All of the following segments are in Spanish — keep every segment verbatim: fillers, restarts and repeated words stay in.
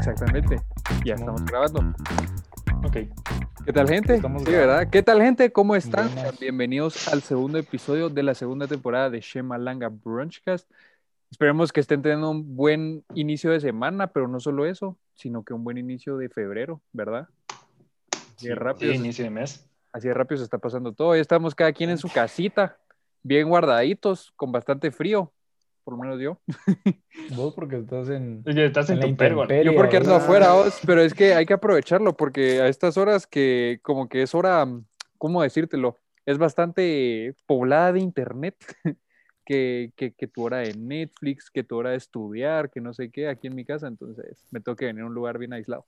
Exactamente. Ya estamos grabando. Ok. ¿Qué tal, gente? Estamos Sí, grabando. ¿verdad? ¿Qué tal, gente? ¿Cómo están? Buenas. Sean bienvenidos al segundo episodio de la segunda temporada de Shemalanga Brunchcast. Esperemos que estén teniendo un buen inicio de semana, pero no solo eso, sino que un buen inicio de febrero, ¿verdad? Así de Sí, rápido, sí, se- inicio de mes. así de rápido se está pasando todo. Ya estamos cada quien en su casita, bien guardaditos, con bastante frío, por lo menos yo. Vos porque estás en, Oye, estás en en la tu pérgola. Yo intemperie porque ando ahí. afuera, os, pero es que hay que aprovecharlo porque a estas horas que como que es hora, mm, ¿cómo decírtelo? Es bastante poblada de internet, que, que, que tu hora de Netflix, que tu hora de estudiar, que no sé qué, aquí en mi casa, entonces me tengo que venir a un lugar bien aislado.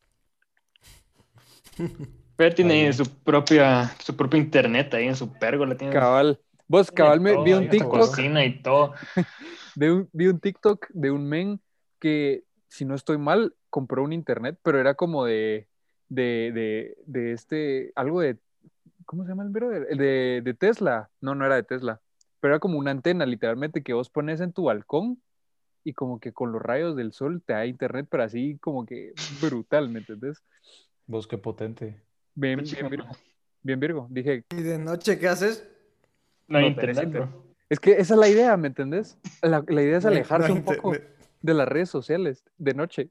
Pero tiene Ahí. su propia, su propio internet ahí en su pérgola. Tiene, Cabal, vos, tiene cabal, me, vi todo un ahí, hasta TikTok, cocina y todo. de un, vi un TikTok de un men que, si no estoy mal, compró un internet, pero era como de, de, de, de este, algo de ¿cómo se llama el brother? El de, de Tesla. No, no era de Tesla. Pero era como una antena, literalmente, que vos pones en tu balcón y como que con los rayos del sol te da internet, pero así como que brutal, ¿me entendés? Vos qué potente. Qué Bien, bien chido, Virgo. man. Bien Virgo. Dije, ¿Y de noche qué haces? No hay no tenés internet, internet. bro. Es que esa es la idea, ¿me entendés? La, la idea es No hay, no alejarse hay un poco internet. de las redes sociales de noche.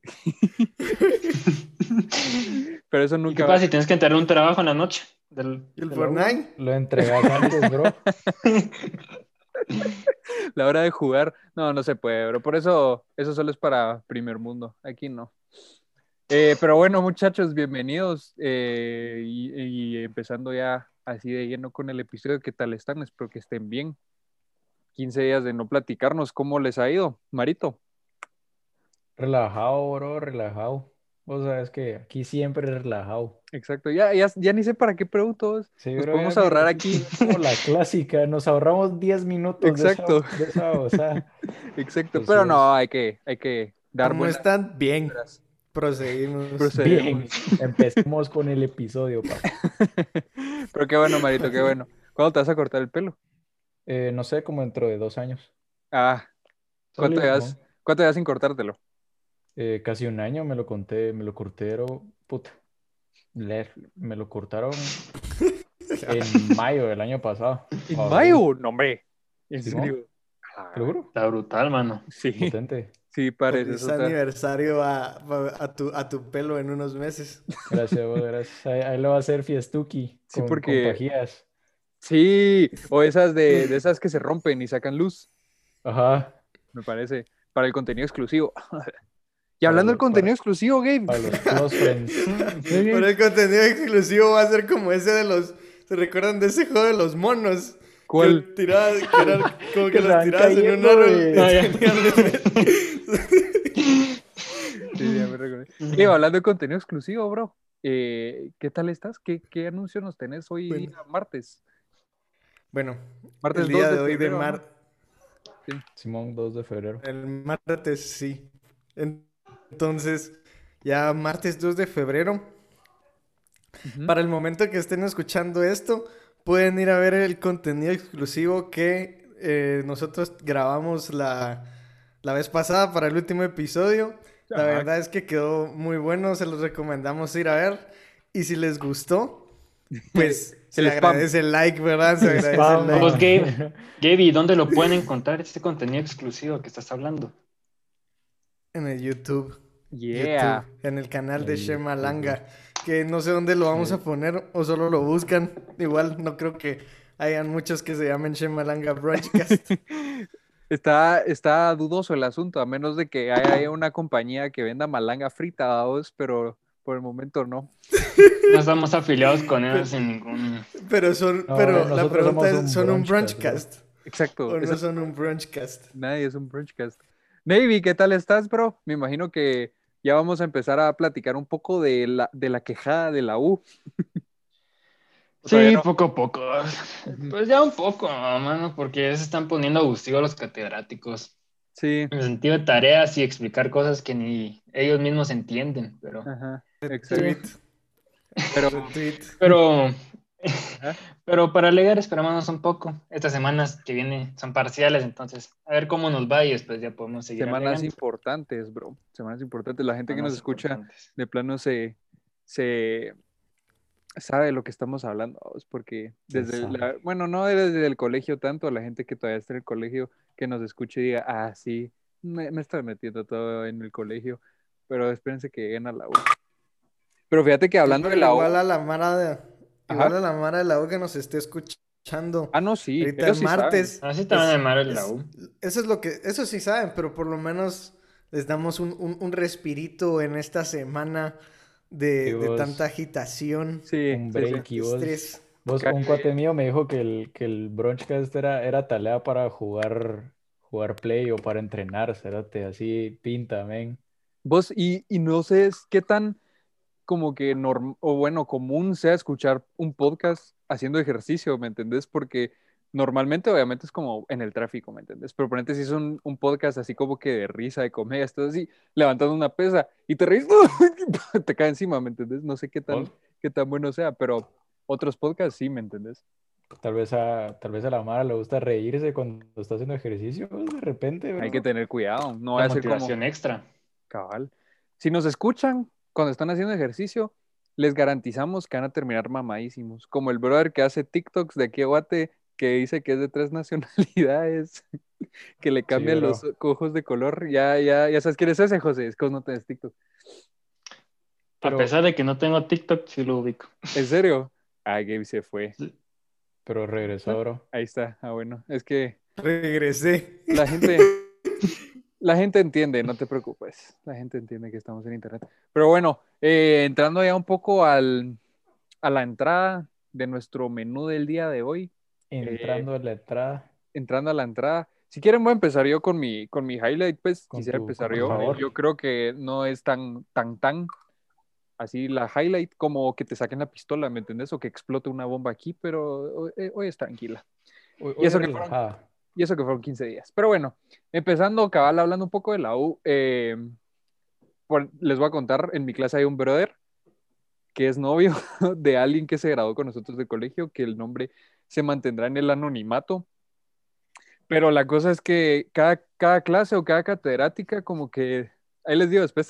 Pero eso ¿Y qué nunca va a pasa si tienes que entrar a un trabajo en la noche? Del, ¿Y el de la U, ¿no? Fortnite? Lo entregas antes, bro. la hora de jugar. No, no se puede, bro. Por eso, eso solo es para primer mundo. Aquí no. Eh, pero bueno, muchachos, bienvenidos. eh, y, y empezando ya así de lleno con el episodio. ¿Qué tal están? Espero que estén bien. quince días de no platicarnos. ¿Cómo les ha ido, Marito? Relajado, bro, relajado. Vos sabes que aquí siempre relajado. Exacto. Ya, ya, ya ni sé para qué pregunto. Sí, Nos bro, ya podemos ni ahorrar repito. aquí. Es como la clásica. Nos ahorramos diez minutos de esa, Exacto. de esa, o sea, Exacto. así Pero no, es. hay que, hay que dar ¿Cómo buenas están? Bien. vibras. Procedimos. Procedemos. Bien, empecemos con el episodio, papá. Pero qué bueno, Marito, qué bueno. ¿Cuándo te vas a cortar el pelo? Eh, no sé, como dentro de dos años. Ah, ¿cuánto Sólido. llevas, Simón. cuánto llevas sin cortártelo? Eh, casi un año me lo conté, me lo cortaron, puta, le- me lo cortaron en mayo del año pasado, ¿En abril. mayo? No, hombre. ¿En Simón, serio? te lo Ah, juro, Está brutal, mano. sí, potente. sí, parece, Feliz eso está. aniversario a, a, tu, a tu pelo en unos meses. Gracias, vos, gracias. Ahí, ahí lo va a hacer Fiestuki Sí, con, con porque. pajías. Sí, o esas de, de esas que se rompen y sacan luz, Ajá, me parece, para el contenido exclusivo. Y para, hablando del lo- para, contenido exclusivo, Gabe. para los close friends. Sí, Por Gabe. el contenido exclusivo va a ser como ese de los... ¿Se recuerdan de ese juego de los monos? Que ¿Cuál? tirabas, que era como que Que se los van tirabas en un cayendo árbol y de... Ah, ya. tenían Sí, ya me recordé. Gabe, hablando de contenido exclusivo, bro. eh, ¿qué tal estás? ¿Qué, qué anuncio nos tenés hoy día, Bueno, martes? bueno, Martes el dos día de de hoy de febrero, ¿no? mar... Sí. Simón, dos de febrero. El martes, sí. Entonces, ya martes dos de febrero. Ujú. Para el momento que estén escuchando esto, pueden ir a ver el contenido exclusivo que eh, nosotros grabamos la, la vez pasada para el último episodio. La Ajá. verdad es que quedó muy bueno, se los recomendamos ir a ver. Y si les gustó, pues El se spam. agradece el like, ¿verdad? Se El agradece el spam, Vos, like. man. Gabe, Gabe, ¿y dónde lo pueden encontrar este contenido exclusivo que estás hablando? En el YouTube. Yeah. YouTube, en el canal de El Shema YouTube. Langa, que no sé dónde lo vamos Sí. a poner o solo lo buscan. Igual no creo que hayan muchos que se llamen Shema Langa Brunchcast. Está, está dudoso el asunto, a menos de que haya una compañía que venda malanga frita, vamos, pero por el momento no. No estamos afiliados con Pero, ellos en ningún... pero son, No, bro, pero la nosotros pregunta somos es, un ¿son un brunchcast, bro. brunchcast Exacto. o no esa- son un brunchcast? nadie es un brunchcast. Navy, ¿qué tal estás, bro? Me imagino que ya vamos a empezar a platicar un poco de la, de la quejada de la U. ¿O todavía Sí, no? poco a poco. Ujú. Pues ya un poco, mano, porque ya se están poniendo abusivos los catedráticos. Sí, En el sentido de tareas y explicar cosas que ni ellos mismos entienden, pero ajá, exacto. Retweet, Pero retweet. Pero Ajá. Pero para alegar, esperémonos un poco. Estas semanas que vienen son parciales, entonces a ver cómo nos va y después ya podemos seguir Semanas alegando. importantes, bro. Semanas importantes. La gente que nos Semanas escucha importantes. de plano se, se sabe de lo que estamos hablando. Es porque Se desde la, sabe. bueno, no desde el colegio tanto, la gente que todavía está en el colegio, que nos escuche y diga, ah, sí, me, me estoy metiendo todo en el colegio. Pero espérense que lleguen a la U. Pero fíjate que Sí, hablando de pero la igual U, a la Mara de, igual ajá. a la Mara de la U que nos esté escuchando Ah, no, sí, ahorita ellos el sí saben. martes, Así también pues de Mario en la es, U. eso es lo que, eso sí saben, pero por lo menos les damos un, un, un respirito en esta semana Y de, de tanta vos, agitación, Sí, un sí, sí. break y vos. estrés. Vos, Cae un cuate bien. mío me dijo que el, que el Brunchcast era, era tarea para jugar, jugar play o para entrenar, cérate, así pinta, men. Vos, y, y no sé es qué tan como que norm o bueno, común sea escuchar un podcast haciendo ejercicio, ¿me entendés? Porque normalmente, obviamente, es como en el tráfico, ¿me entendés? Pero ponete si es un, un podcast así como que de risa, de comedia, estás así levantando una pesa y te reís, te cae encima, ¿me entendés? No sé qué tan, ¿Vos? qué tan bueno sea, pero otros podcasts sí, ¿me entendés? Tal vez a, tal vez a la Mara le gusta reírse cuando está haciendo ejercicio, pues, de repente, Hay que bro. tener cuidado, no La vaya a ser como motivación extra. cabal. Si nos escuchan cuando están haciendo ejercicio, les garantizamos que van a terminar mamadísimos. Como el brother que hace TikToks de aquí a Guate, que dice que es de tres nacionalidades, que le Sí, cambian los bro. ojos de color. Ya, ya, ya sabes quién es ese, José. Es que vos no tenés TikTok. A Pero, pesar de que no tengo TikTok, sí lo ubico. ¿en serio? Ah, Gabe se fue. Sí. Pero regresó, bro. Ahí está. Ah, bueno. Es que Regresé. la gente, la gente entiende, no te preocupes. La gente entiende que estamos en internet. Pero bueno, eh, entrando ya un poco al, a la entrada de nuestro menú del día de hoy. eh, Entrando a la entrada entrando a la entrada. Si quieren, voy a empezar yo con mi, con mi highlight, pues con quisiera tu, con empezar tu Por yo. favor. highlight. Yo creo que no es tan, tan, tan así la highlight como que te saquen la pistola, ¿me entendés? O que explote una bomba aquí, pero hoy, eh, hoy es tranquila. Hoy, Y hoy eso es que fueron, relajada. y eso que fueron quince días. Pero bueno, empezando, cabal, hablando un poco de la U, eh, por- les voy a contar, en mi clase hay un brother que es novio de alguien que se graduó con nosotros del colegio, que el nombre se mantendrá en el anonimato. Pero la cosa es que cada, cada clase o cada catedrática, como que, ahí les digo después,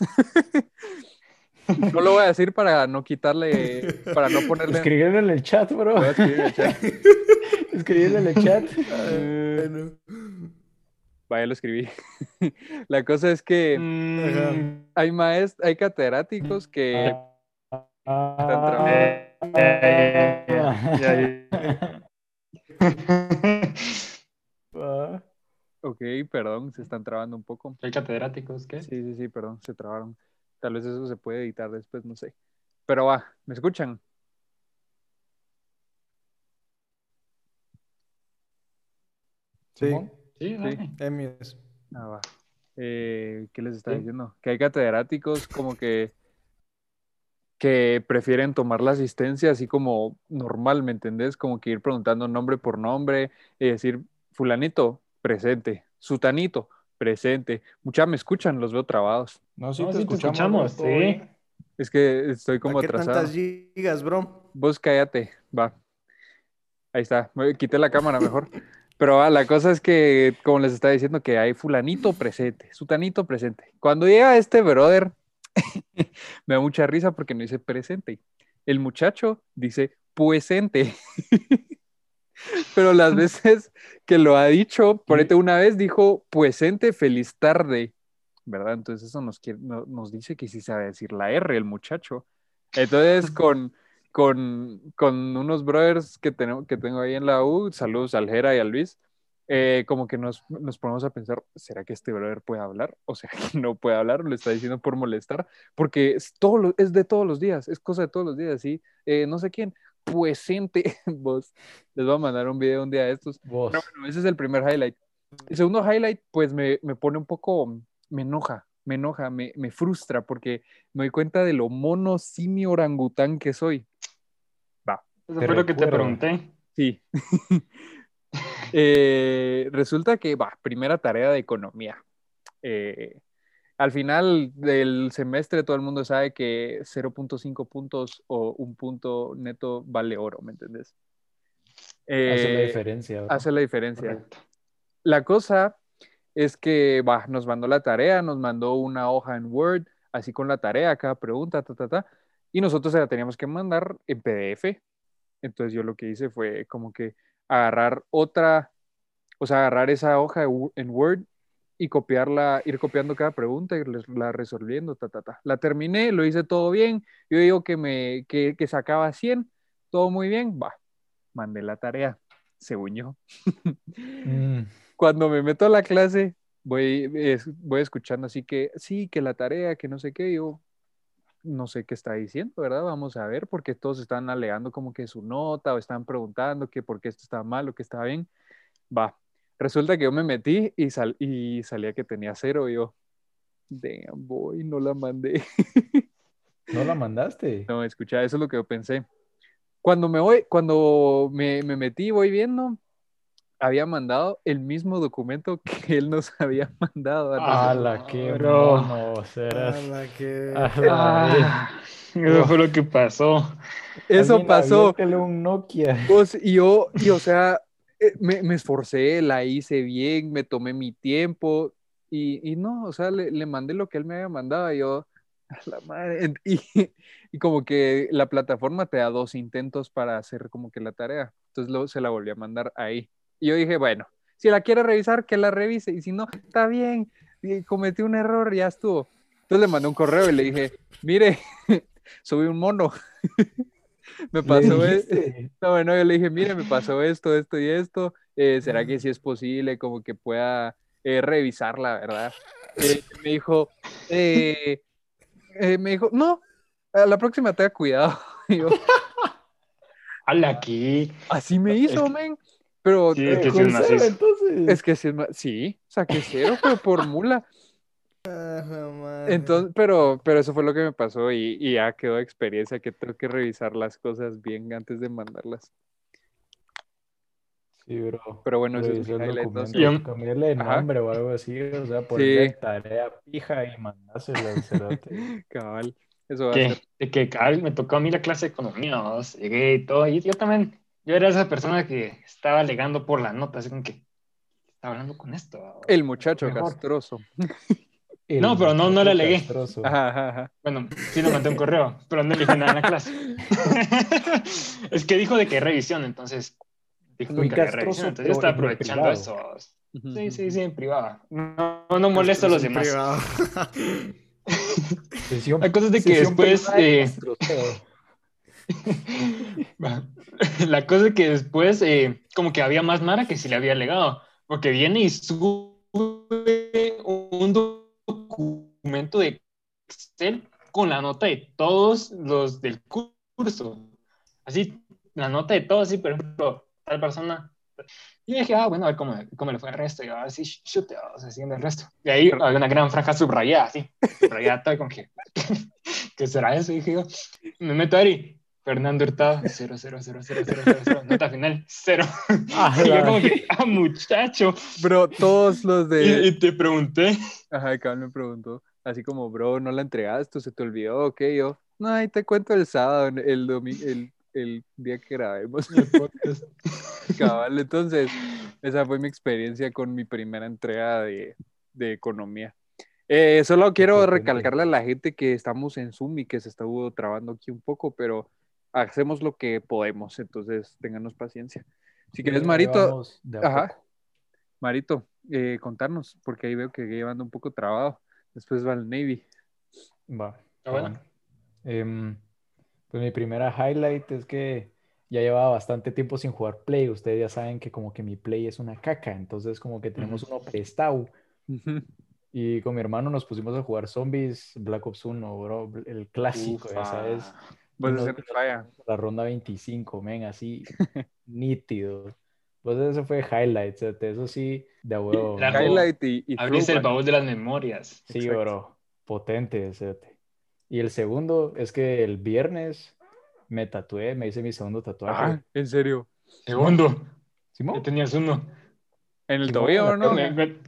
no lo voy a decir para no quitarle, para no ponerle, Escribirlo en el chat, bro. lo voy a escribir en el chat. Escribirlo en el chat. Ay, Eh, bueno. vaya, lo escribí. La cosa es que Ajá. Mm, hay maestros, hay catedráticos que Ah, están trabajando. ah, eh, ya, ya, ya, ya, ah. Ah. Ok, perdón, se están trabando un poco. Hay catedráticos, ¿qué? Sí, sí, sí, perdón, se trabaron. Tal vez eso se puede editar después, no sé. Pero va, ¿me escuchan? Sí, Simón. Sí, Sí. dale. Emios. Ah, va. Eh, ¿qué les estaba Sí. diciendo? Que hay catedráticos como que que prefieren tomar la asistencia así como normal, ¿me entendés? Como que ir preguntando nombre por nombre y decir, fulanito, presente, sutanito, presente. Mucha me escuchan, los veo trabados. No, sí No, te sí te escuchamos, bro. escuchamos, Todo sí. bien. Es que estoy ¿Para como qué tantas atrasado. gigas, bro? Vos cállate, va, ahí está, me quité la cámara mejor. Pero va, la cosa es que, como les estaba diciendo, que hay fulanito presente, sutanito presente. Cuando llega este brother, me da mucha risa porque no dice presente. El muchacho dice puesente. Pero las veces que lo ha dicho, por Y, ejemplo, una vez dijo puesente, feliz tarde, ¿verdad? Entonces eso nos, quiere, no, nos dice que sí sabe decir la R, el muchacho. Entonces con, con, con unos brothers que, tenemos, que tengo ahí en la U, saludos al Jera y a Luis, eh, como que nos, nos ponemos a pensar, ¿será que este brother puede hablar? ¿O será que no puede hablar? Lo está diciendo por molestar, porque es, todo lo, es de todos los días, es cosa de todos los días, ¿sí? Eh, no sé quién, puesente, vos. Les voy a mandar un video un día de estos. Pero vos. bueno, ese es el primer highlight. El segundo highlight, pues me, me pone un poco, me enoja, me enoja, me, me frustra porque me doy cuenta de lo mono simio orangután que soy. Va, Eso Te fue lo que te recuerdo. pregunté. sí. Eh, resulta que, va, primera tarea de economía. Eh, al final del semestre todo el mundo sabe que cero punto cinco puntos o un punto neto vale oro, ¿me entendés? Eh, Hace la diferencia, bro. hace la diferencia. Correcto. La cosa es que bah, nos mandó la tarea, nos mandó una hoja en Word, así con la tarea, cada pregunta, ta, ta, ta, y nosotros se la teníamos que mandar en P D F. Entonces yo lo que hice fue como que agarrar otra, o sea, agarrar esa hoja de Wo- en Word y copiarla, ir copiando cada pregunta y les- la resolviendo, ta, ta, ta. La terminé, lo hice todo bien, yo digo que me, que, que sacaba cien, todo muy bien, va, mandé la tarea, según yo. Mm, Cuando me meto a la clase, voy, es- voy escuchando así que, sí, que la tarea, que no sé qué, yo no sé qué está diciendo, ¿verdad? Vamos a ver, porque todos están alegando como que su nota o están preguntando que por qué esto estaba mal o que estaba bien. Va, resulta que yo me metí y, sal, y salía que tenía cero y yo, damn, boy, no la mandé. ¿No la mandaste? No, escucha, eso es lo que yo pensé. Cuando me voy, cuando me, me metí, voy viendo, había mandado el mismo documento que él nos había mandado a nosotros. ¡Hala, qué Bro. mono serás! Ala, que... A la vez. Ah, eso fue lo que pasó. Eso Alguien pasó. aviéntele un Nokia. Pues, y yo, y o sea, eh, me, me esforcé, la hice bien, me tomé mi tiempo y, y no, o sea, le, le mandé lo que él me había mandado y yo, a la madre, en- y, y como que la plataforma te da dos intentos para hacer como que la tarea, entonces luego se la volví a mandar ahí. Y yo dije, bueno, si la quiere revisar, que la revise, y si no, está bien, y cometí un error, ya estuvo. Entonces le mandé un correo y le dije, mire, subí un mono, me ¿Le pasó, e- dijiste? no, bueno, yo le dije, mire, me pasó esto, esto y esto. eh, ¿será que sí es posible como que pueda eh, revisarla, verdad? Eh, me dijo, eh, eh, me dijo, no, a la próxima tenga cuidado. Y yo, Hala, aquí. así me Es hizo, que- men. Pero Sí, eh, es que sí Con es cero, macizo. entonces. es que sí, es ma- sí, saqué cero, pero por mula. Ah, la madre. Entonces, pero, pero eso fue lo que me pasó y, y ya quedó de experiencia que tengo que revisar las cosas bien antes de mandarlas. Sí, bro. Pero bueno, ese es mi Revisé el highlight, no sé. documento, Yo, cambiarle de Ajá, nombre o algo así, o sea, ponerle sí. tarea pija y mandársela al cerote. Cabal, eso va a ser. que, de que cabal, me tocó a mí la clase de economía, vos, llegué y todo, y yo también, yo era esa persona que estaba alegando por la nota, así como que estaba hablando con esto, vos, El muchacho mejor. castroso. El No, pero no, no le muchacho alegué. castroso. Ajá, ajá, ajá. Bueno, sí le mandé un correo, pero no le dije nada en la clase. Es que dijo de que revisión, entonces dijo Fui que había revisión, castroso, entonces yo pero estaba en lo aprovechando privado. eso. vos. Ujú, Sí, sí, ujú. sí, en privado. No, no molesto a Castroso los en demás. privado. Sesión, La cosa es de que sesión después, privada de eh, castroceo. la cosa es que después, eh, como que había más Mara que si le había legado, porque viene y sube un documento de Excel con la nota de todos los del curso. Así, la nota de todos, así, por ejemplo, tal persona. Y dije, ah, bueno, a ver cómo, cómo le fue el resto. Y yo, así, shoot, vamos haciendo el resto. Y ahí había una gran franja subrayada, así, subrayada, todo, y como que, ¿qué será eso? Y dije yo, me meto ahí. Fernando Hurtado, cero, cero, cero, cero, cero, cero, cero. Nota final, cero. Ah, Y yo la- como que, ah, muchacho. Bro, todos los Y, de... y te pregunté. Ajá, Cabal me preguntó, así como, bro, ¿no la entregaste? ¿Se te olvidó? Ok, yo, no, ahí te cuento el sábado, el domingo, el, el día que grabemos. El podcast. Cabal, entonces, esa fue mi experiencia con mi primera entrega de, de economía. Eh, solo quiero potente. recalcarle a la gente que estamos en Zoom y que se estuvo trabando aquí un poco, pero hacemos lo que podemos, entonces ténganos paciencia. Si quieres, Sí, ahí Marito, vamos de a ajá, poco. Marito, eh, contarnos, porque ahí veo que llevando un poco trabado. Después va el Navy. Va, Ah, está bueno. bueno. Em, pues mi primera highlight es que ya llevaba bastante tiempo sin jugar Play. Ustedes ya saben que como que mi Play es una caca, entonces como que tenemos uno prestado. Y con mi hermano nos pusimos a jugar Zombies, Black Ops uno, bro, el clásico, ya sabes. Ufa. Y Pues nos, ese y me nos falla. pasamos a la ronda veinticinco, men, así nítido. Pues eso fue highlight, ¿cierto? Eso sí, de huevo, Era men. como Highlight y, y abriste el throwback. baúl de las memorias. Sí, Exacto. bro, potente, ¿cierto? Y el segundo es que el viernes me tatué, me hice mi segundo tatuaje. Ah, en serio. Segundo, ya ¿Simón? tenías uno. En el Simón, tobillo, la ¿no? Me- pierna. me-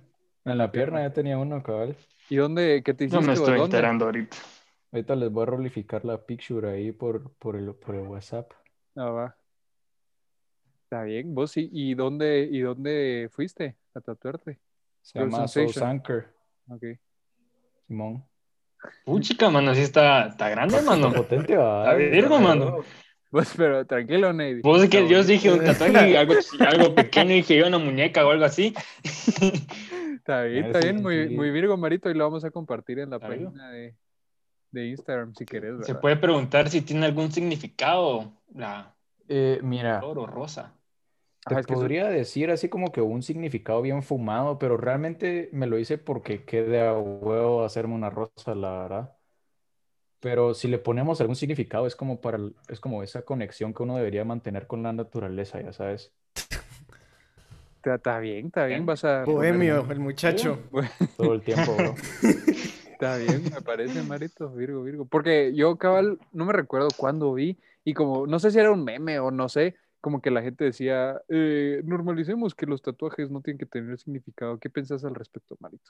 En la pierna ya tenía uno, cabal. ¿Y dónde, qué te No hiciste me o estoy dónde? enterando ahorita. Ahorita les voy a rolificar la picture ahí por, por, el, por el WhatsApp. Ah, va. Está bien. ¿Vos sí? ¿Y dónde, y dónde fuiste a tatuarte? Se Pure llama Soul Sensation. Anchor, Ok. Simón. Puchica, mano, sí está, está grande, mano. Está potente, va. Está virgo, mano. Vos, Pues, pero tranquilo, Navy. Vos es Está que yo bonito. dije un tatuaje, algo, algo pequeño, dije yo una muñeca o algo así. Está bien, Ah, está sí, bien. Muy, sí. muy virgo, Marito. Y lo vamos a compartir en la ¿Está virgo? página de, de Instagram, si querés, Se ¿verdad? puede preguntar si tiene algún significado la Eh, mira, flor o rosa. te Ajá, es que eso- podría decir así como que un significado bien fumado, pero realmente me lo hice porque quede a huevo hacerme una rosa, la verdad. Pero si le ponemos algún significado, es como para, el- es como esa conexión que uno debería mantener con la naturaleza, ya sabes. está, está bien, está bien. Bien. Vas a Bohemio, ponerle- el muchacho. Bueno, Todo el tiempo, bro. está bien, me parece, Marito, Virgo, Virgo. Porque yo, cabal, no me recuerdo cuándo vi, y como, no sé si era un meme o no sé, como que la gente decía, eh, normalicemos que los tatuajes no tienen que tener significado. ¿Qué piensas al respecto, Marito?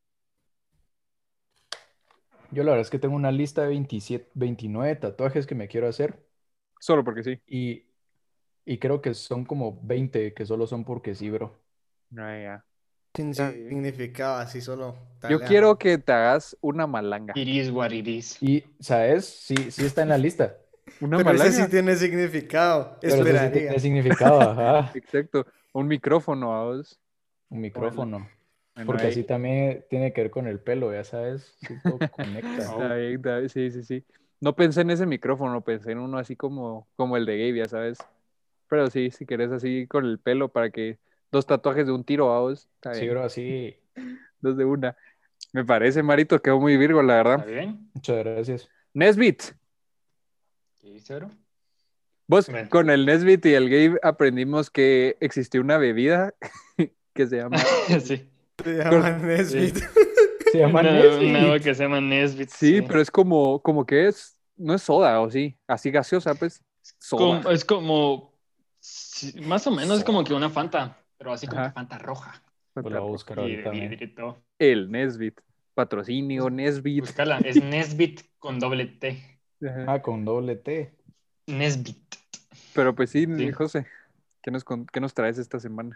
Yo la verdad es que tengo una lista de veintisiete, veintinueve tatuajes que me quiero hacer Solo porque sí. y, y creo que son como veinte que solo son porque sí, bro. Ah, ya. Sin Está bien. significado, así solo. Yo talea. quiero que te hagas una malanga. It is what it is. Y, ¿sabes? Sí, sí está en la lista. ¿Una Pero ese malanga? sí tiene significado. Pero ese sí Esperaría. tiene significado, ajá. Exacto. Un micrófono a vos. Un micrófono. Bueno, Porque ahí. así también tiene que ver con el pelo, ya sabes. Sí, todo conecta. Está bien, está bien, sí, sí, sí. No pensé en ese micrófono, pensé en uno así como, como el de Gabe, ya sabes. Pero sí, si querés así con el pelo para que dos tatuajes de un tiro a vos, está Sí, bien. bro, así. Dos de una. Me parece, Marito, quedó muy virgo, la ¿Está verdad. bien? Muchas gracias. Nesbit, ¿Qué dice, bro? vos Bueno. con el Nesbit y el Gabe aprendimos que existió una bebida que se llama... Sí. Se llama Nesbit. Se llama Una, Nesbit. una agua que se llama Nesbit. Sí, pero es como, como que es, no es soda, ¿o sí? Así gaseosa, pues, soda. Como- es como, sí, más o menos es como Soda. que una Fanta, pero así como Ajá. que Fanta roja Pues la voy a buscar y de ahorita también. vidrio y todo. El Nesbit. Patrocinio, Nesbit. Búscala, es Nesbit con doble T. Ajá. Ah, con doble T. Nesbit. Pero pues sí, Sí. José, ¿qué nos, con- qué nos traes esta semana?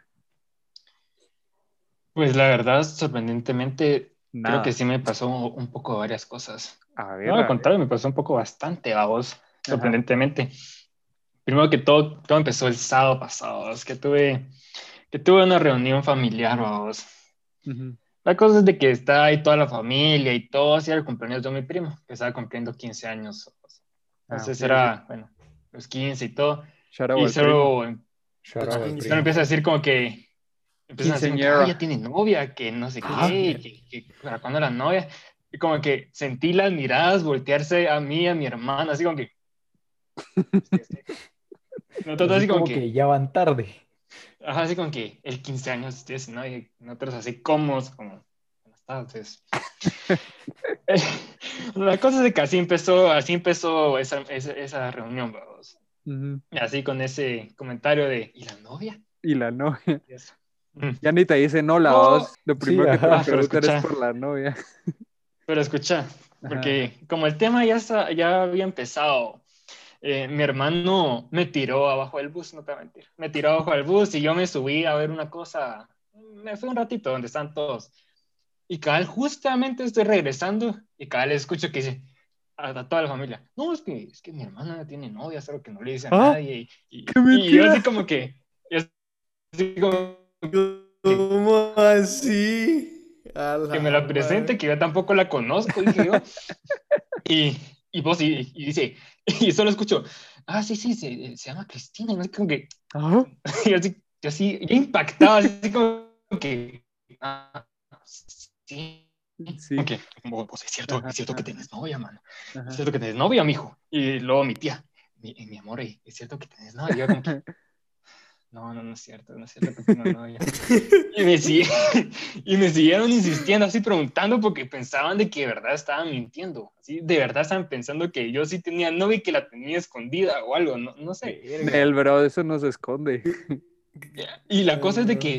Pues la verdad, sorprendentemente, Nada. creo que sí me pasó un poco de varias cosas. A ver, No, a al ver. contrario, me pasó un poco bastante a vos, sorprendentemente. Primero que todo, todo empezó el sábado pasado, es que tuve, que tuve una reunión familiar, vos. Ujú. La cosa es de que está ahí toda la familia y todo, así era el cumpleaños de mi primo, que estaba cumpliendo quince años. Ah, Entonces ok, era, bueno, los quince y todo. Shout out Y al primo. solo, Shout Los out al quince. solo primo. empieza a decir como que, empiezan a decir como que, Quinceañera. ah, ya tiene novia, que no sé Ah. qué, que, que para cuándo la novia. Y como que sentí las miradas voltearse a mí, a mi hermana, así como que... Nosotros Así así como como que... que ya van tarde. Ajá, así como que el quince años, ustedes, ¿no? Y nosotros así cómodos, como, buenas tardes. La cosa es de que así empezó, así empezó esa, esa, esa reunión, vamos. Ujú. Y así con ese comentario de, ¿y la novia? Y la novia. Y eso. Mm. Ya ni te dicen hola, No. vos. Lo Sí, primero que te ajá. Ah, pero preguntan es escucha. por la novia. Pero escucha, Ajá. porque como el tema ya, está, ya había empezado, eh, mi hermano me tiró abajo del bus, no te voy a mentir. Me tiró abajo del bus y yo me subí a ver una cosa. Me fui un ratito donde están todos. Y cabal, justamente estoy regresando y cabal escucho que dice a, a toda la familia, no, es que, es que mi hermana no tiene novia, solo que no le dice a ¿Ah? nadie. Y, ¡Qué y, y yo mentira! así como que, yo así como ¿Cómo así? A que me la presente, madre. que yo tampoco la conozco, dije yo. Y, y vos, y, y dice, y solo escucho, ah, sí, sí, se, se llama Cristina, y no sé, como que, Ajá. y yo así, yo así, yo impactado, así como que, ah, sí. Sí. Ok, vos, vos, es cierto, Ajá, es cierto que ajá. tenés novia, mano. Ajá. Es cierto que tenés novia, mijo. Y luego mi tía, mi, mi amor, es cierto que tenés novia. Y yo como que, no, no, no es cierto, no es cierto que tengo novia. Y me, sigue, y me siguieron insistiendo, así preguntando, porque pensaban de que de verdad estaban mintiendo. Así, de verdad estaban pensando que yo sí tenía novia y que la tenía escondida o algo, no, no sé. El bro, eso no se esconde. Y la cosa es de que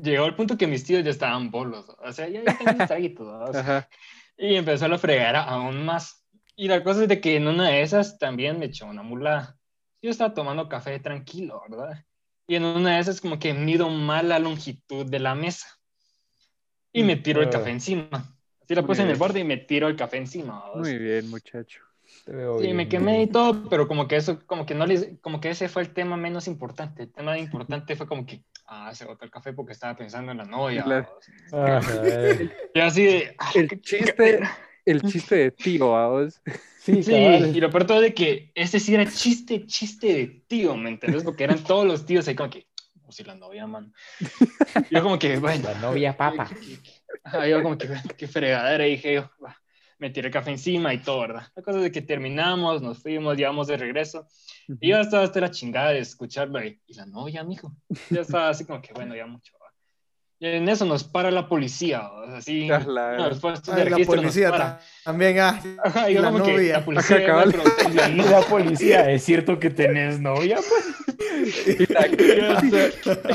llegó al punto que mis tíos ya estaban bolos, o sea, ya, ya tenían un traguito, ¿no? O sea, Ajá. y empezó a la fregadera aún más. Y la cosa es de que en una de esas también me echó una mulada. Yo estaba tomando café tranquilo, ¿verdad? Y en una de esas como que mido mal la longitud de la mesa. Y me tiro el café Ah, encima. Así la Muy puse en el bien. borde y me tiro el café encima. ¿no? Muy bien, muchacho. te veo Sí, bien, me quemé Miguel. y todo, pero como que eso, como que no les, como que ese fue el tema menos importante. El tema importante fue como que, ah, se botó el café porque estaba pensando en la novia. La- ¿no? Ajá, Y así de, ah, El qué chiste, chingadera. el chiste de tío, vamos. sí, Sí, y cabal. lo peor todo de que ese sí era chiste, chiste de tío, ¿me entendés? Porque eran todos los tíos ahí como que, o si la novia, man. Y yo como que, bueno. La novia ¿qué- papa. qué- qué- Ajá, yo como que, bueno, qué fregadera. Y dije yo, "Bah", me tiré el café encima y todo, ¿verdad? La cosa es de que terminamos, nos fuimos, llevamos de regreso. Y yo estaba hasta la chingada de escucharlo. Y, ¿y la novia, mijo? Ya estaba así como que, bueno, ya mucho. ¿va? Y en eso nos para la policía, o sea, así, A la uno de gran- los puestos de Ay, la registro nos policía para. también, ah, Ajá, y y yo la como que la novia. policía Ajá, me cabal. preguntó, ¿y la Y novia? la policía, ¿es cierto que tenés novia, pues? Y la- Y yo hasta-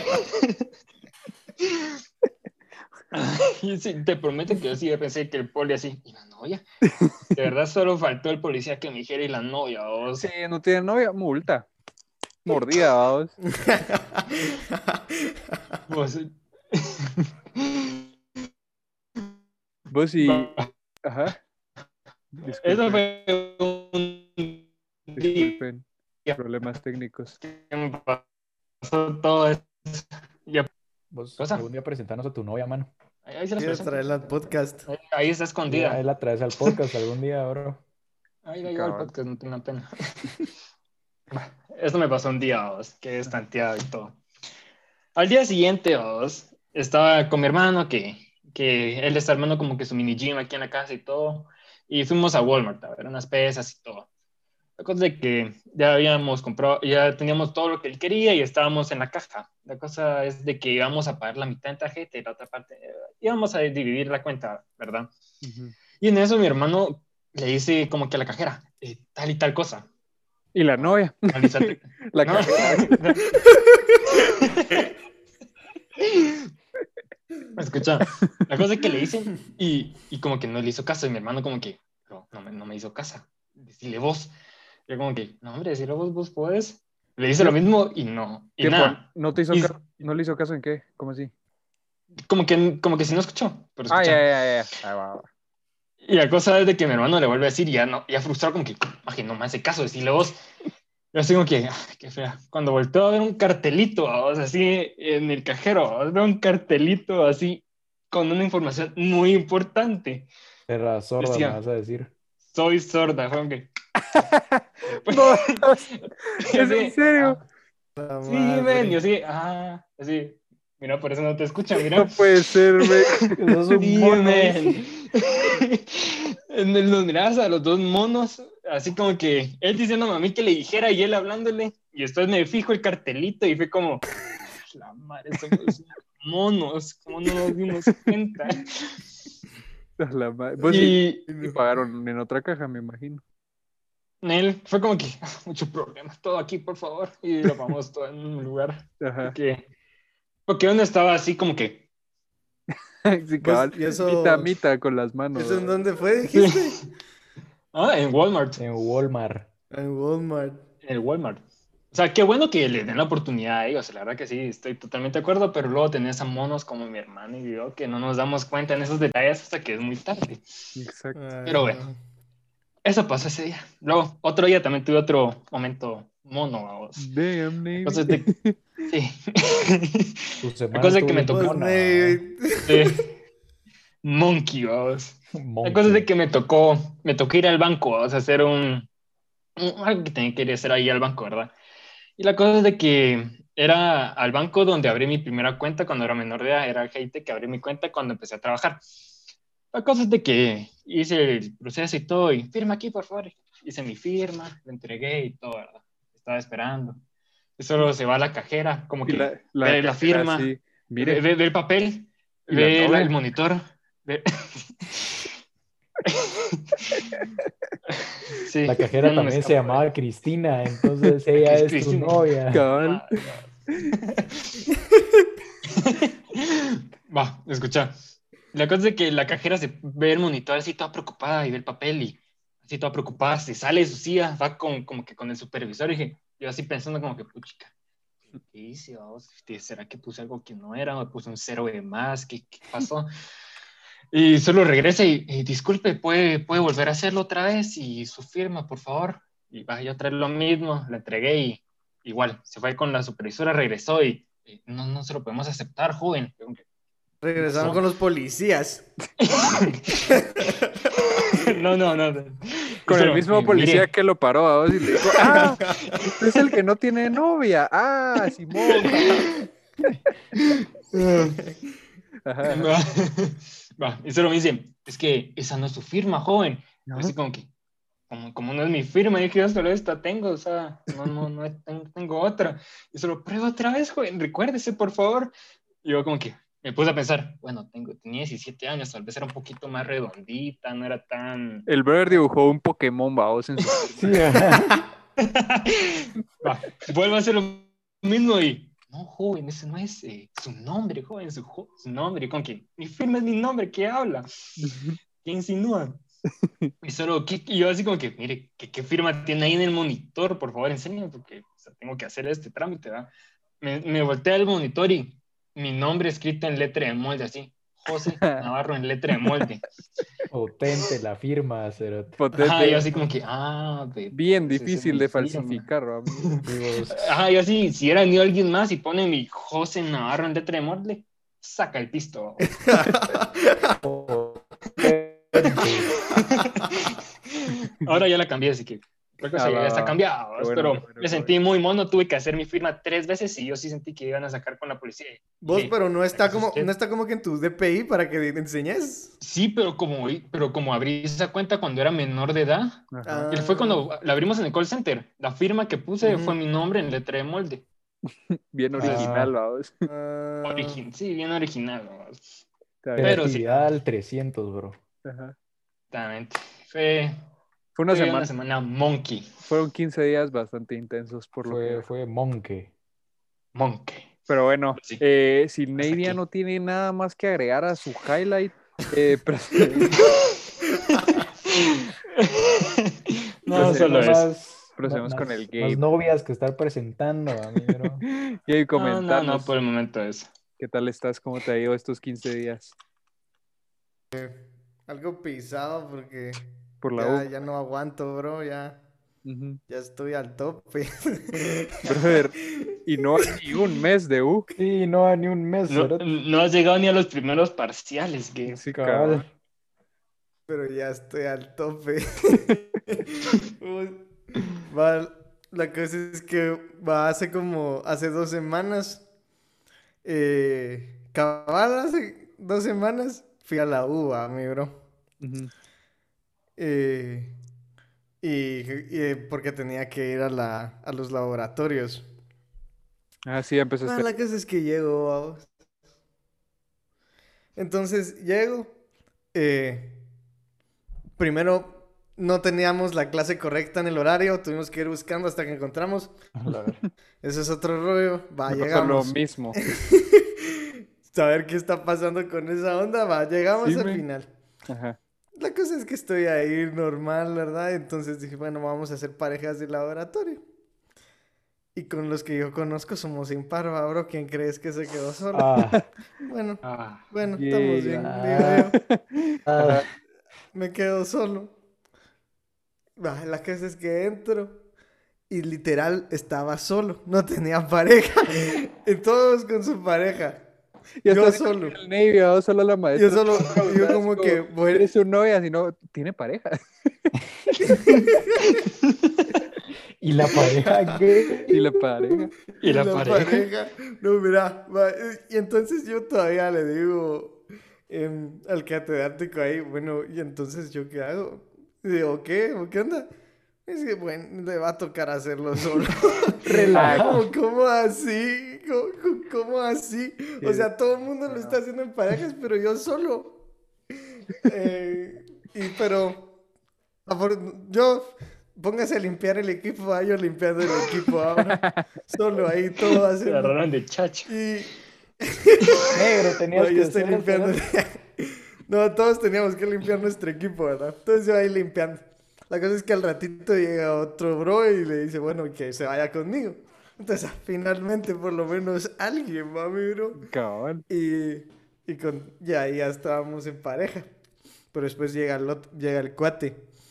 Y sí, te prometo que yo sí pensé que el poli así, ¿y la novia? De verdad solo faltó el policía que me dijera y la novia, vos. Sí, no tiene novia, multa. Mordida, vamos. Vos- Vos y. Ajá. Eso Disculpen, fue un día disculpen. Problemas técnicos. que me pasó todo eso. Ya, Vos ¿cosa? algún día presentanos a tu novia, mano. ahí, ahí se las Quieres presento. traerla al podcast. Ahí, ahí está Ya, escondida. ahí la traes al podcast algún día, bro. Ahí la llevo al Cabal. podcast, no tengo pena. Esto me pasó un día, vos, que es tanteado y todo. Al día siguiente, vos, estaba con mi hermano, que, que él está armando como que su mini gym aquí en la casa y todo. Y fuimos a Walmart a ver unas pesas y todo. La cosa es de que ya habíamos comprado, ya teníamos todo lo que él quería y estábamos en la caja. La cosa es de que íbamos a pagar la mitad en tarjeta y la otra parte, eh, íbamos a dividir la cuenta, ¿verdad? Ujú. Y en eso mi hermano le dice como que a la cajera, eh, tal y tal cosa. Y la novia. Analizate. La No. cajera. Escucha, la cosa es que le dicen y, y como que no le hizo caso y mi hermano como que no, no, me, no me hizo caso. Decile vos. Yo como que, no hombre, decile vos, vos puedes. Le dice lo mismo y no. Y ¿Qué nada. por- ¿No te hizo Y- caso? ¿No le hizo caso en qué? ¿Cómo así? Como que, como que sí no escuchó. Pero Ah, escucha. ya, ya, ya. Ahí va, va. Y la cosa es de que mi hermano le vuelve a decir y ya, no, ya frustrado como que, "Maje, no me hace caso, decile vos". Yo así como que, ah, qué fea. Cuando volteo a ver un cartelito, vamos, así en el cajero, vamos, veo un cartelito así con una información muy importante. Perra sorda, Decía, me vas a decir. soy sorda, fue como que... No, Y ¿es así, en serio? ah, La sí, madre. ven, y así, ah, así, mira, por eso no te escucha, mira. No puede ser, güey. Eso es un Sí, mono. men. En el- Los mirabas a los dos monos, así como que él diciéndome a mí que le dijera y él hablándole, y después me fijo el cartelito y fue como, la madre, somos monos, ¿cómo no nos dimos cuenta? A la ma- Vos sí, Y sí pagaron en otra caja, me imagino. él fue como que, "Ah, mucho problema, todo aquí, por favor", y lo vamos todo en un lugar. Ajá. Porque, porque uno estaba así como que, Sí, cabal. ¿y eso- Mitad a mitad con las manos. ¿Eso en ¿no? dónde fue, dijiste? ah, en Walmart. En Walmart. En Walmart. En el Walmart. O sea, qué bueno que le den la oportunidad a ellos, la verdad que sí, estoy totalmente de acuerdo, pero luego tenés a monos como mi hermano y yo que no nos damos cuenta en esos detalles hasta que es muy tarde. Exacto. Ay, Pero bueno. no. Eso pasó ese día. Luego, otro día también tuve otro momento mono, vamos. Damn, Navy. Entonces, de... sí. Tu semana La cosa es que estuvo me bien tocó- Pues, mona. Nate. Sí. Monkey, vamos. La Monkey. cosa es de que me tocó, me tocó ir al banco, vamos a hacer un, un- algo que tenía que ir a hacer ahí al banco, ¿verdad? Y la cosa es de que era al banco donde abrí mi primera cuenta cuando era menor de edad, era el G I T que abrí mi cuenta cuando empecé a trabajar. La cosa es de que hice el proceso y todo, y firma aquí, por favor. Hice mi firma, lo entregué y todo, ¿verdad? Estaba esperando. Y solo se va a la cajera, como Y que la, la ve la cajera firma, así, ve, mire, ve- ve el papel, ¿Y la ve la- novia? el monitor. ve- Sí, La cajera ya no me también se escapo. llamaba Cristina, entonces ella es tu Cristina. novia. cabal. Ah, no. Va, escucha. La cosa es que la cajera se ve el monitor así toda preocupada y ve el papel y así toda preocupada, se sale de su silla, va con, como que con el supervisor y dije, yo así pensando como que, puchica, ¿qué hice? Vamos? ¿Será que puse algo que no era? ¿O puse un cero de más? ¿Qué, qué pasó? Y solo regresa y, y disculpe, ¿puede, ¿puede volver a hacerlo otra vez? Y su firma, por favor. Y va yo a traer lo mismo, la entregué y igual, se fue con la supervisora, regresó y eh, no, no se lo podemos aceptar, joven. Regresaron No. con los policías. No, no, no. Con Solo, el mismo eh, policía mire. que lo paró a vos y le dijo, ah, usted es el que no tiene novia. Ah, Simón. Ajá, ajá. Va, va, y solo me dice, es que esa no es su firma, joven. No. Así como que, como, como no es mi firma, yo que yo solo esta tengo, o sea, no, no, no tengo, tengo otra. Y solo, prueba otra vez, joven, recuérdese, por favor. Y yo como que me puse a pensar, bueno, tengo, tenía diecisiete años, tal vez era un poquito más redondita, no era tan... El brother dibujó un Pokémon, vaos, en su... Sí, ajá. Va, vuelvo a hacer lo mismo y... No, joven, ese no es eh, su nombre, joven, su, jo- su nombre. Con que mi firma es mi nombre, ¿qué habla? ¿Qué insinúa? Y solo, ¿qué? Y yo así como que, mire, ¿qué, ¿qué firma tiene ahí en el monitor? Por favor, enséñame, porque o sea, tengo que hacer este trámite, ¿verdad? Me, me volteé al monitor y mi nombre escrito en letra de molde, así. José Navarro en letra de molde. Potente la firma, cerote. Ajá, yo Potente, así como que, ah, ve, bien pues, esa es difícil mi de firma. falsificar, ¿no, amigo? Y vos, Ajá, yo así, si era ni alguien más y pone mi José Navarro en letra de molde, saca el pisto. potente. Ahora ya la cambié, así que creo que Ah, ya va, está va. cambiado. Qué bueno, Pero qué bueno, me qué sentí muy mono, tuve que hacer mi firma tres veces y yo sí sentí que iban a sacar con la policía. Vos, Sí, pero no está ¿acaso como, usted? no está como que en tu D P I para que te enseñes. Sí, pero como, pero como abrí esa cuenta cuando era menor de edad, Ajá. y fue cuando la abrimos en el call center. La firma que puse Ujú. fue mi nombre en letra de molde. Bien original, vaos. Ah, Origin, sí, bien original. ¿No? Está bien. Pero sí, Creatividad al trescientos, bro. Ajá. exactamente. Fue, Fue una fue semana, una semana monkey. fueron quince días bastante intensos por lo que... Fue, fue Monke. Monkey. Pero bueno, Sí. eh, si Hasta Neidia aquí. no tiene nada más que agregar a su highlight, eh, procedemos, No, Procedemos- solo Tengo eso. más, procedemos más, con el más game. novias que estar presentando a mí, bro. Y No, comentanos, no, no, por el momento eso. ¿qué tal estás? ¿Cómo te ha ido estos quince días algo pisado porque por la ya, U? ya no aguanto, bro. Ya, Ujú. ya estoy al tope. Brother, y no hay ni un mes de U. Sí, no, ni un mes, No, cerote. no has llegado ni a los primeros parciales, que Sí, Cabal. cabrón. Pero ya estoy al tope. Va, la cosa es que va hace como, hace dos semanas, eh, cabal hace dos semanas, fui a la U, a mi bro. Ujú. Eh, y, y, eh, porque tenía que ir a, la, a los laboratorios. Ah, sí, ya empezaste. Ah, la cosa es que llego, vamos. Entonces llego. eh, primero no teníamos la clase correcta en el horario, tuvimos que ir buscando hasta que encontramos. A la ver. Eso es otro rollo. Va, Me pasó lo llegamos. mismo. Saber qué está pasando con esa onda, va, llegamos Sí, al me- final. Ajá. La cosa es que estoy ahí normal, ¿verdad? Entonces dije, bueno, vamos a hacer parejas de laboratorio. Y con los que yo conozco somos impar, va, bro. ¿Quién crees que se quedó solo? Ah, Bueno, ah, bueno, Yay. estamos bien, Ah. digo yo. ah, Me quedo solo. Va, la cosa es que entro y literal estaba solo, no tenía pareja. Y todos con su pareja. Ya Yo estás solo. en el Navy, ahora solo la maestra. Yo solo, yo ¿sabes? como que voy- Eres su novia, si no, tiene pareja. y la pareja que. Y la pareja. y la, pareja. No, mira, va, eh, y entonces yo todavía le digo em, al catedrático ahí, bueno, ¿y entonces yo qué hago? Y digo, ¿qué? ¿O ¿Qué onda? Es que, bueno, le va a tocar hacerlo solo. Relajado. ¿Cómo, cómo así? ¿Cómo, cómo- cómo así? O sea, todo el mundo lo está haciendo en parejas, pero yo solo. Eh, y pero, afor- yo, póngase a limpiar el equipo, ah, yo limpiando el equipo ahora. Solo ahí todo Se haciendo. agarraron de chacho. Y, Negro, tenías No, que yo estoy ser, limpiando. espérate. No, todos teníamos que limpiar nuestro equipo, ¿verdad? Entonces yo ahí limpiando. La cosa es que al ratito llega otro bro y le dice, bueno, que se vaya conmigo. Entonces, finalmente, por lo menos alguien va, mi bro. Cabal. Y, y con, ya, ya estábamos en pareja. Pero después llega el, ot- llega el cuate.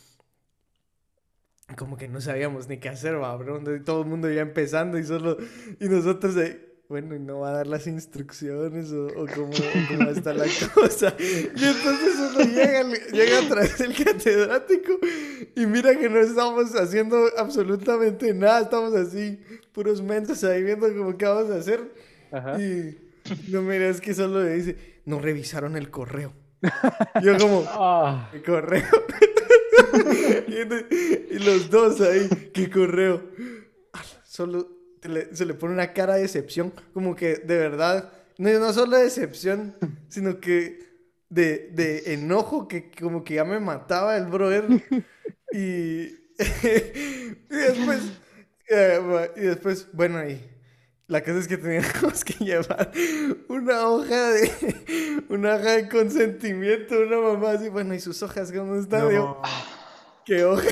Como que no sabíamos ni qué hacer, va, bro. Entonces, todo el mundo ya empezando y solo... Y nosotros ahí, bueno, y no va a dar las instrucciones o, o cómo, o cómo está la cosa. Y entonces solo llega, el- llega atrás el catedrático y mira que no estamos haciendo absolutamente nada. Estamos así, puros mentos ahí viendo como qué vamos a hacer. Ajá. Y no, mira, es que solo le dice, no revisaron el correo. Yo como, Ah, ¿qué correo? y, ente- y los dos ahí, ¿qué correo? Solo te le- se le pone una cara de decepción, como que de verdad, no, no solo de decepción, sino que de, de enojo, que que como que ya me mataba el brother. Y, y después, eh, bu- y después, bueno, y la cosa es que teníamos que llevar una hoja de, una hoja de consentimiento, una mamá así, bueno, y sus hojas, ¿cómo están? Digo, ¿qué hoja?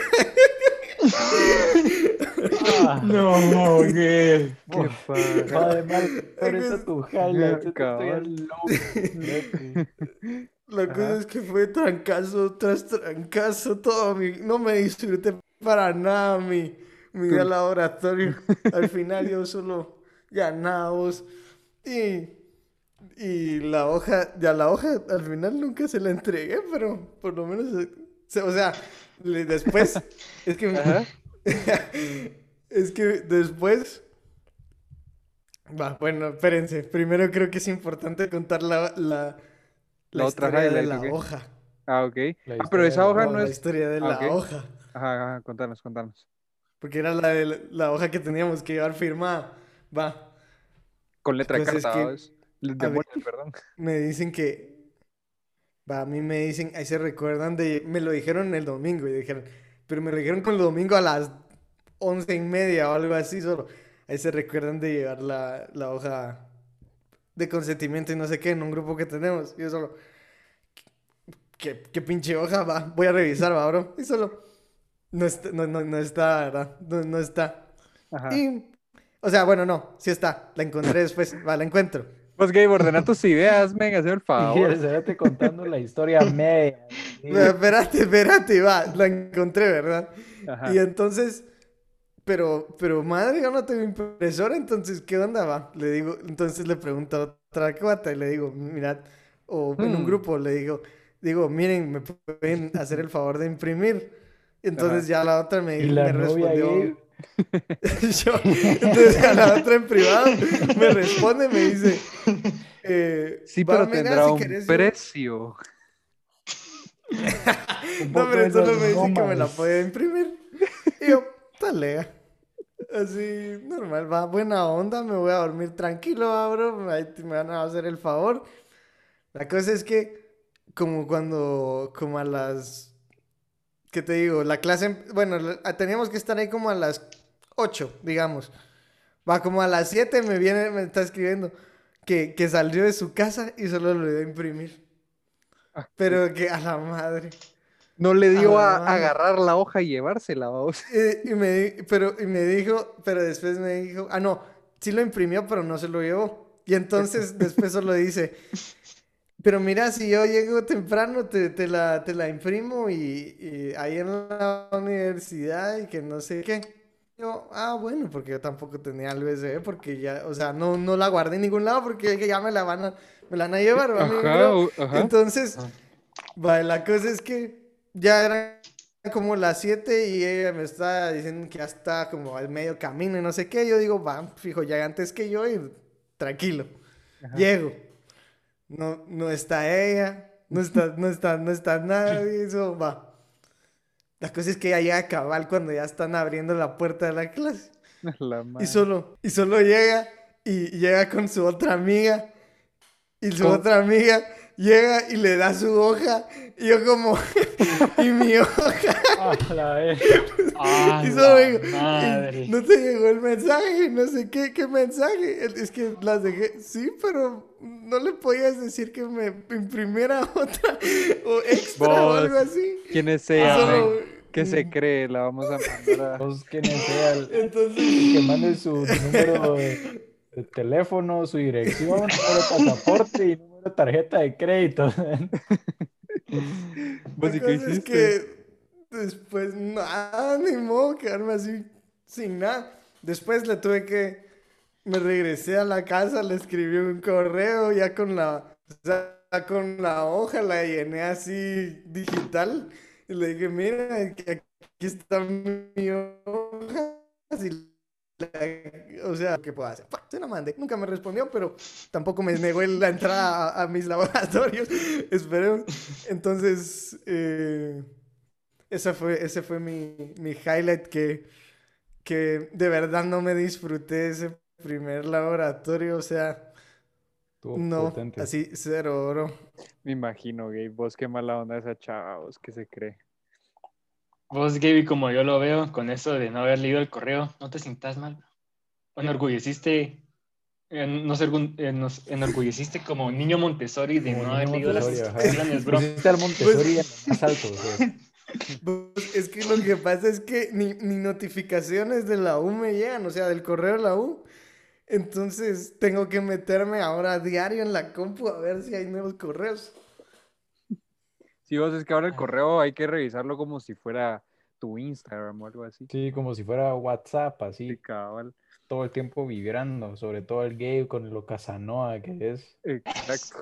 ah. No, ¿qué? Qué Uf, paja. va de mal ahorita tu highlight. Yo estoy Cabal. al loco, loco. La cosa Ajá. es que fue trancazo tras trancazo, todo mi, no me disfruté para nada mi, mi día Tu- laboratorio. Al final yo solo ganábamos y, y la hoja, ya la hoja al final nunca se la entregué, pero por lo menos, eh, se- o sea, le- después, es que, Ajá. es que después, va, bueno, espérense, primero creo que es importante contar la, la, La la otra historia de highlight, la ¿o qué? hoja. Ah, ok. La Ah, pero historia de esa la hoja No, no hoja. la es. historia de Ah, la ok. hoja. Ajá, ajá, contanos, contanos. Porque era la, de, la hoja que teníamos que llevar firmada. Va. Con La letra de cosa es carta, que ¿sabes? De a mí Morse, perdón. me dicen que. Va, a mí me dicen, ahí se recuerdan de. Me lo dijeron el domingo y dijeron. Pero me lo dijeron con el domingo a las once y media o algo así solo. Ahí se recuerdan de llevar la, la hoja de consentimiento y no sé qué en un grupo que tenemos. Y yo solo. ¿Qué, qué pinche hoja? Va, voy a revisar, va, bro. Y solo. No está, no, no, no está, ¿verdad? No, no está. Ajá. Y, o sea, bueno, no, sí está. La encontré después. Va, la encuentro. Pues, Gabe, ordena tus ideas, men, hazme el Y favor. el cerote contando la historia media. Pero espérate, espérate, va. La encontré, ¿verdad? Ajá. Y entonces, pero, pero madre, yo no tengo impresora, entonces, ¿qué onda, va? Le digo, entonces le pregunto a otra cuata y le digo, mirad, o en un Hmm. grupo le digo, digo, miren, ¿me pueden hacer el favor de imprimir? Y entonces Ajá. ya la otra me, Y la me novia respondió. Gabe. Yo, entonces a la otra en privado me responde, me dice, eh, Sí, va, pero mira, tendrá si un querés yo... precio. Un No, poco pero de solo esos me dice que me la nómadas. podía imprimir. Y yo, talega. Así, normal, va, buena onda, me voy a dormir tranquilo, va, bro. Ahí te- me van a hacer el favor. La cosa es que, como cuando, como a las, ¿qué te digo? La clase, em- bueno, la- teníamos que estar ahí como a las ocho, digamos. Va, como a las siete me viene, me está escribiendo que, que salió de su casa y solo lo dio a imprimir. Ah, Pero que a la madre. No le A dio la a madre. agarrar la hoja y llevársela, vamos. Y, y me, di- pero, y me dijo, pero después me dijo, ah, no, sí lo imprimió, pero no se lo llevó. Y entonces después solo dice, pero mira, si yo llego temprano, te, te la, te la imprimo y, y ahí en la universidad y que no sé qué. Yo, ah, bueno, porque yo tampoco tenía el U S B, porque ya, o sea, no, no la guardé en ningún lado porque dije, ya me la van a, me la van a llevar, va, mi Ajá, bro. o- ajá. Entonces, Ajá. va, la cosa es que ya eran como las siete y ella me está diciendo que ya está como al medio camino y no sé qué. Yo digo, va, fijo, ya antes que yo y tranquilo. Ajá. Llego. No, no está ella, no está, no está, no está nadie, eso va. La cosa es que ya llega a cabal cuando ya están abriendo la puerta de la clase. La Y madre. solo, y solo llega y llega con su otra amiga. Y su Con- otra amiga llega y le da su hoja. Y yo como, y mi hoja. Ah, la vez. ¡Ah, Y solo la digo, madre! "Y no te llegó el mensaje, no sé qué, qué mensaje. Es que las dejé, sí, pero no le podías decir que me imprimiera otra o extra o Vos, algo así. ¿quién es ella, Solo- men? ¿Qué se cree? La vamos a mandar a... Vos que sea el, Entonces, que mande su número de, de teléfono, su dirección, número de pasaporte y número de tarjeta de crédito. ¿Vos la y qué cosa es hiciste? que después, nada, ni modo quedarme así sin nada. Después le tuve que, me regresé a la casa, le escribí un correo ya con la, o sea, con la hoja, la llené así digital. Y le dije, mira, que aquí está mi hoja. Si la- o sea, ¿qué puedo hacer? ¡Pua! Se la mandé. Nunca me respondió, pero tampoco me negó el- la entrada a, a mis laboratorios. Esperemos. Entonces, eh, esa fue, ese fue mi, mi highlight que, que de verdad no me disfruté ese primer laboratorio. O sea, Estuvo no, potente. así cero oro. Me imagino, Gabe. Vos qué mala onda esa chava, vos qué se cree. Vos, Gaby, como yo lo veo, con eso de no haber leído el correo, ¿no te sientas mal? ¿O enorgulleciste, eh, nos, ergun- eh, nos enorgulleciste como niño Montessori de Como no niño haber leído las Montessori, ajá. instrucciones, bro? Pusiste al Montessori en lo más alto. O sea. Pues, es que lo que pasa es que ni, ni notificaciones de la U me llegan, o sea, del correo de la U. Entonces tengo que meterme ahora a diario en la compu a ver si hay nuevos correos. Si vos es que ahora el correo hay que revisarlo como si fuera tu Instagram o algo así. Sí, como si fuera WhatsApp, Sí, así, cabal. todo el tiempo vibrando, sobre todo el gay con lo Casanova que es. Exacto.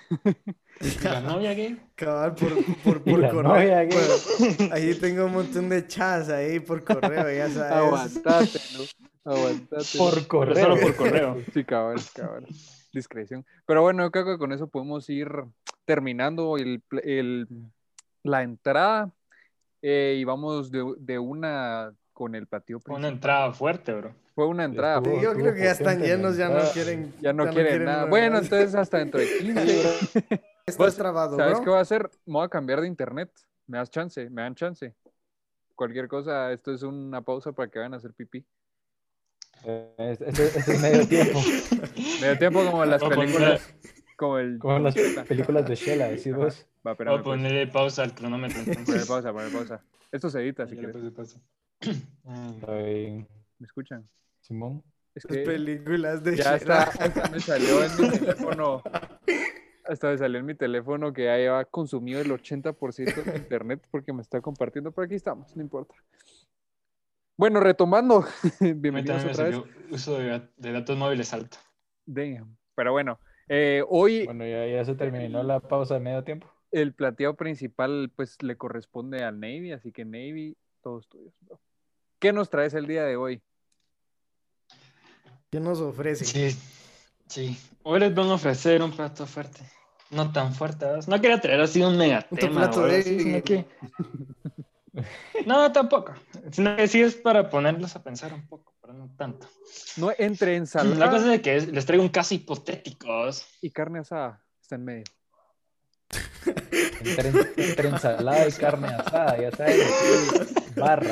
¿Y la novia, Gaby? Cabal, por, por, Y por la correo. novia gay. Bueno, ahí tengo un montón de chats ahí por correo, ya sabes. Aguantate, ¿no? Aguantate. Por Pero correo. solo por correo. Sí, cabal, cabal. Discreción. Pero bueno, yo creo que con eso podemos ir terminando el, pl- el- la entrada eh, y vamos de, de una con el platio Una principal. entrada fuerte, bro. Fue una entrada. Estuvo- Sí, yo estuvo creo que ya están potente la llenos, ya no entrada. quieren. Ya no quieren nada. uno Bueno, más. entonces hasta dentro de quince. Estás Vos, trabado, ¿sabes bro. qué voy a hacer? Me voy a cambiar de internet. ¿Me das chance? ¿Me dan chance? Cualquier cosa, esto es una pausa para que vayan a hacer pipí. Eh, Este, este- este es medio tiempo. Medio tiempo como en las Voy a poner- películas. Como el. Como en las Chela. películas de Shela, decís Ajá. vos. Va, Voy espérame, a pues. ponerle pausa al cronómetro Poner entonces. pausa, poner pausa. Esto se edita si Ya le quieres. puse pausa. Ah, Está bien, ¿Me escuchan? Simón. Es Las que películas de ya Shera. está, hasta me salió en mi teléfono. Hasta me salió en mi teléfono que ya lleva consumido el ochenta por ciento de internet porque me está compartiendo. Pero aquí estamos, no importa. Bueno, retomando. A mí Bienvenidos también me otra vez. salió uso de, de datos móviles alto. Damn. Pero bueno, eh, hoy Bueno, ya, ya se terminó la pausa de medio tiempo. el plateado principal pues le corresponde al Navy, así que Navy, todos tuyos, bro. ¿Qué nos traes el día de hoy? ¿Qué nos ofrecen? Sí, sí. Hoy les van a ofrecer un plato fuerte. No tan fuerte, ¿verdad? No quería traer así un Un megatema plato o algo de- así, sino que... No, tampoco. Sino que sí es para ponerlos a pensar un poco, pero no tanto. No, entre La ensalada cosa es de que es- les traigo un caso hipotético. y carne asada está en medio. Entre, entre ensalada y carne asada, ya sabes. sí, Barra.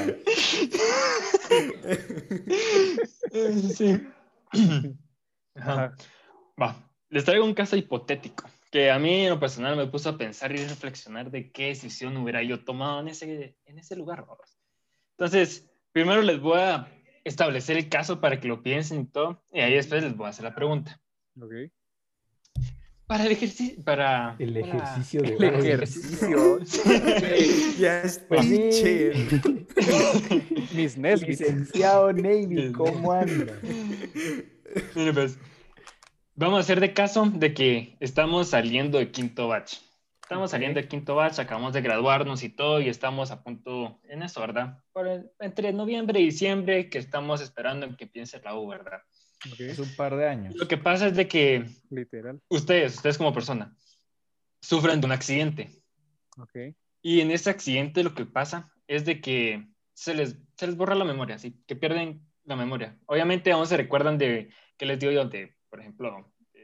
Sí. Ajá. Ajá. Va, les traigo un caso hipotético que a mí en lo personal me puso a pensar y reflexionar de qué decisión hubiera yo tomado en ese, en ese lugar. Vamos. Entonces, primero les voy a establecer el caso para que lo piensen y todo, y ahí después les voy a hacer la pregunta. Ok. Para el ejercicio, para... El para- ejercicio de El hoy. ejercicio. Ya es Pues sí. pinche. Mis Nesbits. Licenciado Navy, ¿cómo anda? Mire, pues, vamos a hacer de caso de que estamos saliendo de quinto batch. Estamos Ok. saliendo de quinto batch, acabamos de graduarnos y todo, y estamos a punto en eso, ¿verdad? Por el- entre noviembre y diciembre, que estamos esperando en que empiece la U, ¿verdad? Ok. Es un par de años. Lo que pasa es de que Literal. ustedes, ustedes como persona, sufren de un accidente. Ok. Y en ese accidente lo que pasa es de que se les, se les borra la memoria, así que pierden la memoria. Obviamente aún se recuerdan de, ¿qué les digo yo? De, por ejemplo, eh,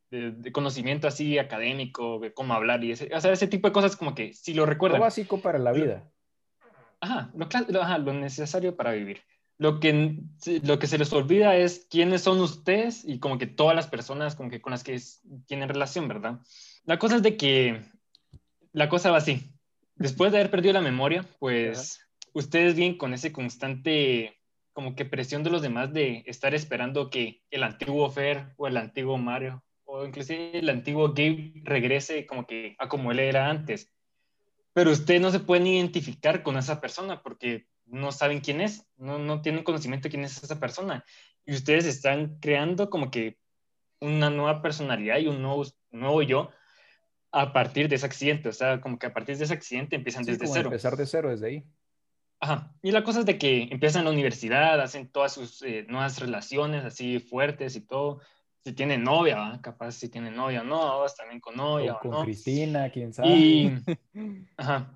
de, de conocimiento así académico, de cómo hablar y ese, o sea, ese tipo de cosas como que si lo Lo recuerdan. básico para la vida. Ajá, lo, cla- lo- ajá, lo necesario para vivir. Lo que, lo que se les olvida es quiénes son ustedes y como que todas las personas como que con las que es- tienen relación, ¿verdad? La cosa es de que la cosa va así. Después de haber perdido la memoria, Ajá. pues ustedes vienen con ese constante como que presión de los demás de estar esperando que el antiguo Fer o el antiguo Mario o inclusive el antiguo Gabe regrese como que a como él era antes. Pero ustedes no se pueden identificar con esa persona porque no saben quién es, no, no tienen conocimiento de quién es esa persona. Y ustedes están creando como que una nueva personalidad y un nuevo, un nuevo yo a partir de ese accidente. O sea, como que a partir de ese accidente empiezan Sí, desde como cero. empezar de cero desde ahí. Ajá. Y la cosa es de que empiezan la universidad, hacen todas sus eh, nuevas relaciones así fuertes y todo. Si tienen novia, ¿va? Capaz si tienen novia o no, vas también con novia O o con no. Cristina, quién Y, sabe. ajá.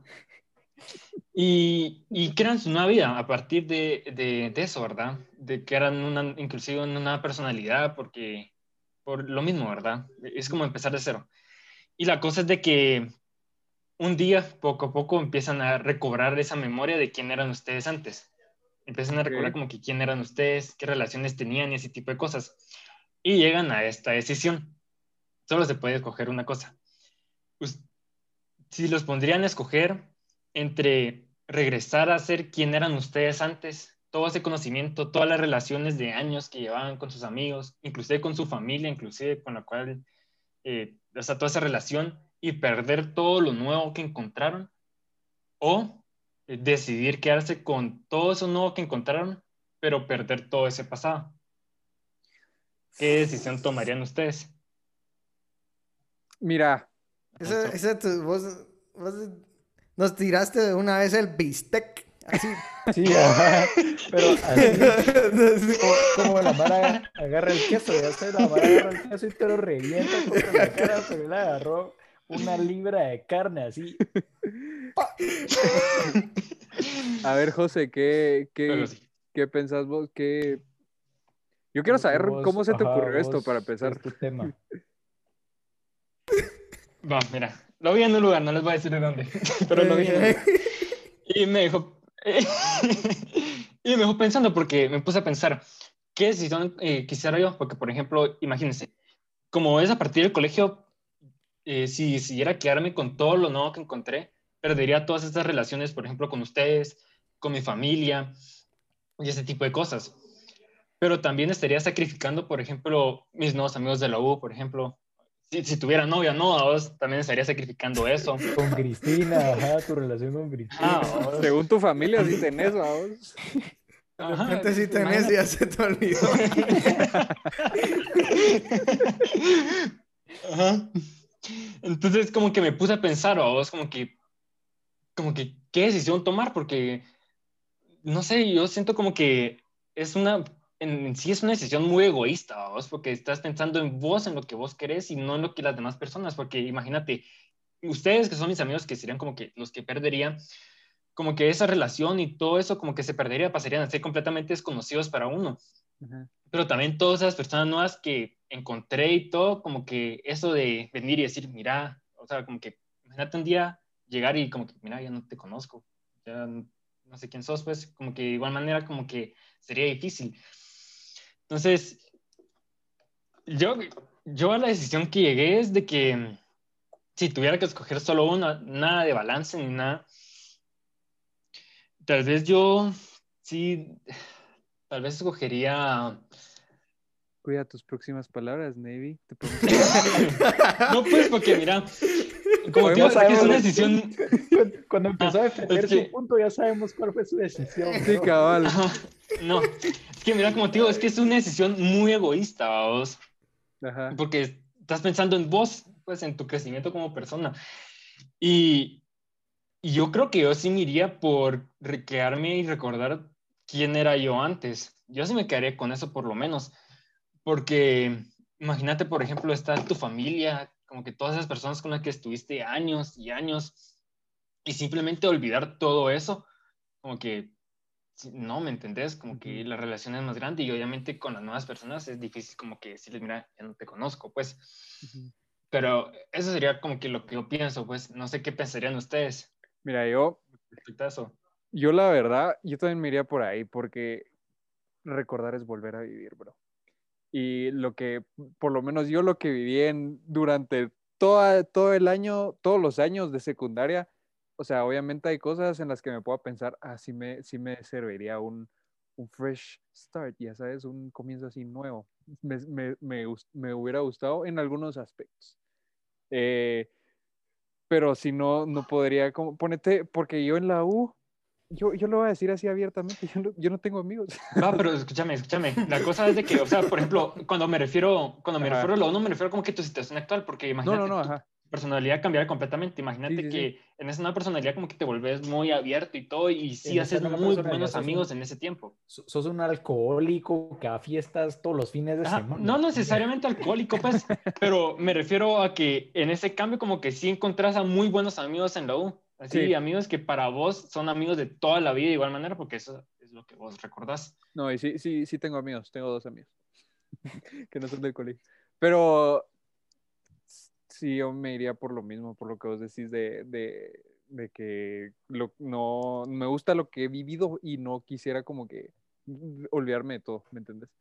Y, y crean su nueva vida a partir de, de, de eso, ¿verdad? De que eran una, inclusive una personalidad, porque por lo mismo, ¿verdad? Es como empezar de cero. Y la cosa es de que un día, poco a poco, empiezan a recobrar esa memoria de quién eran ustedes antes. Empiezan a recordar Ok. como que quién eran ustedes, qué relaciones tenían y ese tipo de cosas. Y llegan a esta decisión. Solo se puede escoger una cosa. Us- si los pondrían a escoger entre regresar a ser quien eran ustedes antes, todo ese conocimiento, todas las relaciones de años que llevaban con sus amigos, inclusive con su familia, inclusive con la cual, eh, o sea, toda esa relación y perder todo lo nuevo que encontraron, o eh, decidir quedarse con todo eso nuevo que encontraron, pero perder todo ese pasado. ¿Qué decisión tomarían ustedes? Mira, Esa, esa tu- vos, vos nos tiraste de una vez el bistec, así. Sí, ajá. Pero así, como, como la Mara agarra el queso, ya sé, la Mara agarra el queso y te lo revienta contra la cara, pero él agarró una libra de carne así. a ver, José, ¿qué, Pero qué, sí. qué pensás vos? ¿Qué... Yo quiero Y saber vos, cómo se te ajá, ocurrió esto para vos, ¿qué empezar. es tu tema? Va, mira, lo vi en un lugar, no les voy a decir de dónde, pero lo vi en un Eh, lugar. Y me dejó, y me dejó pensando porque me puse a pensar, ¿qué decisión eh, quisiera yo? Porque, por ejemplo, imagínense, como es a partir del colegio, eh, si siguiera quedarme con todo lo nuevo que encontré, perdería todas estas relaciones, por ejemplo, con ustedes, con mi familia y ese tipo de cosas. Pero también estaría sacrificando, por ejemplo, mis nuevos amigos de la U, por ejemplo. Si, si tuviera novia, no, a vos también estaría sacrificando eso. Con Cristina, ajá, tu relación con Ah, Cristina. vos. Según tu familia, sí tenés, vamos. de Ajá, repente sí tenés y ya imagínate. se te olvidó. Ajá. Entonces, como que me puse a pensar, a vos, como que, como que, ¿qué decisión tomar? Porque, no sé, yo siento como que es una, en, en sí es una decisión muy egoísta, vos, porque estás pensando en vos, en lo que vos querés y no en lo que las demás personas, porque imagínate, ustedes que son mis amigos, que serían como que los que perderían, como que esa relación y todo eso como que se perdería, pasarían a ser completamente desconocidos para uno. Ajá. Pero también todas esas personas nuevas que encontré y todo, como que eso de venir y decir, mira, o sea, como que imagínate un día llegar y como que, mira, ya no te conozco, ya no, no sé quién sos, pues como que de igual manera como que sería difícil. Entonces, yo, yo a la decisión que llegué es de que si tuviera que escoger solo una, nada de balance ni nada, tal vez yo sí, tal vez escogería... Cuida tus próximas palabras, Navy. Te podemos... No, pues, porque mira, como te Ya digo, Podemos... es que es una sabemos, decisión... cuando, cuando Ah, empezó a es defender su que... punto, ya sabemos cuál fue su decisión, Sí, bro. cabal. Ajá, no, es que mira, como te digo, es que es una decisión muy egoísta, vos, Ajá. porque estás pensando en vos, pues, en tu crecimiento como persona. Y, y yo creo que yo sí me iría por recrearme y recordar quién era yo antes. Yo sí me quedaría con eso por lo menos. Porque imagínate, por ejemplo, está tu familia, como que todas esas personas con las que estuviste años y años, y simplemente olvidar todo eso, como que sí, no, ¿me entendés? Como que Ujú. la relación es más grande y obviamente con las nuevas personas es difícil como que decirles, mira, ya no te conozco, pues. Ujú. Pero eso sería como que lo que yo pienso, pues. No sé qué pensarían ustedes Mira, yo, respecto a eso. yo la verdad, yo también me iría por ahí porque recordar es volver a vivir, bro. Y lo que, por lo menos yo lo que viví en, durante toda, todo el año, todos los años de secundaria, o sea, obviamente hay cosas en las que me puedo pensar, ah, sí me, sí me serviría un, un fresh start, ya sabes, un comienzo así nuevo. Me, me, me, gust- me hubiera gustado en algunos aspectos. Eh, pero si no, no podría, como, ponete, porque yo en la U, yo, yo lo voy a decir así abiertamente, yo no, yo no tengo amigos. Va, pero escúchame, escúchame. La cosa es de que, o sea, por ejemplo, cuando me refiero, cuando me Ajá. refiero a lo uno, me refiero como que tu situación actual, porque No, no, imagínate, no, tu ajá. personalidad cambiará completamente. Sí, Imagínate sí, sí. que en esa nueva personalidad como que te volvés muy abierto y todo, y sí En esta haces nueva muy personalidad buenos sos amigos un, en ese tiempo. so- sos un alcohólico que va a fiestas todos los fines de Ajá, semana. no necesariamente alcohólico, pues, pero me refiero a que en ese cambio como que sí encontrás a muy buenos amigos en la U. Así, Sí, amigos que para vos son amigos de toda la vida de igual manera, porque eso es lo que vos recordás. no, y sí, sí, sí tengo amigos, tengo dos amigos que no son del colegio. Pero sí, yo me iría por lo mismo, por lo que vos decís de, de, de que lo, no me gusta lo que he vivido y no quisiera como que olvidarme de todo, ¿me entiendes?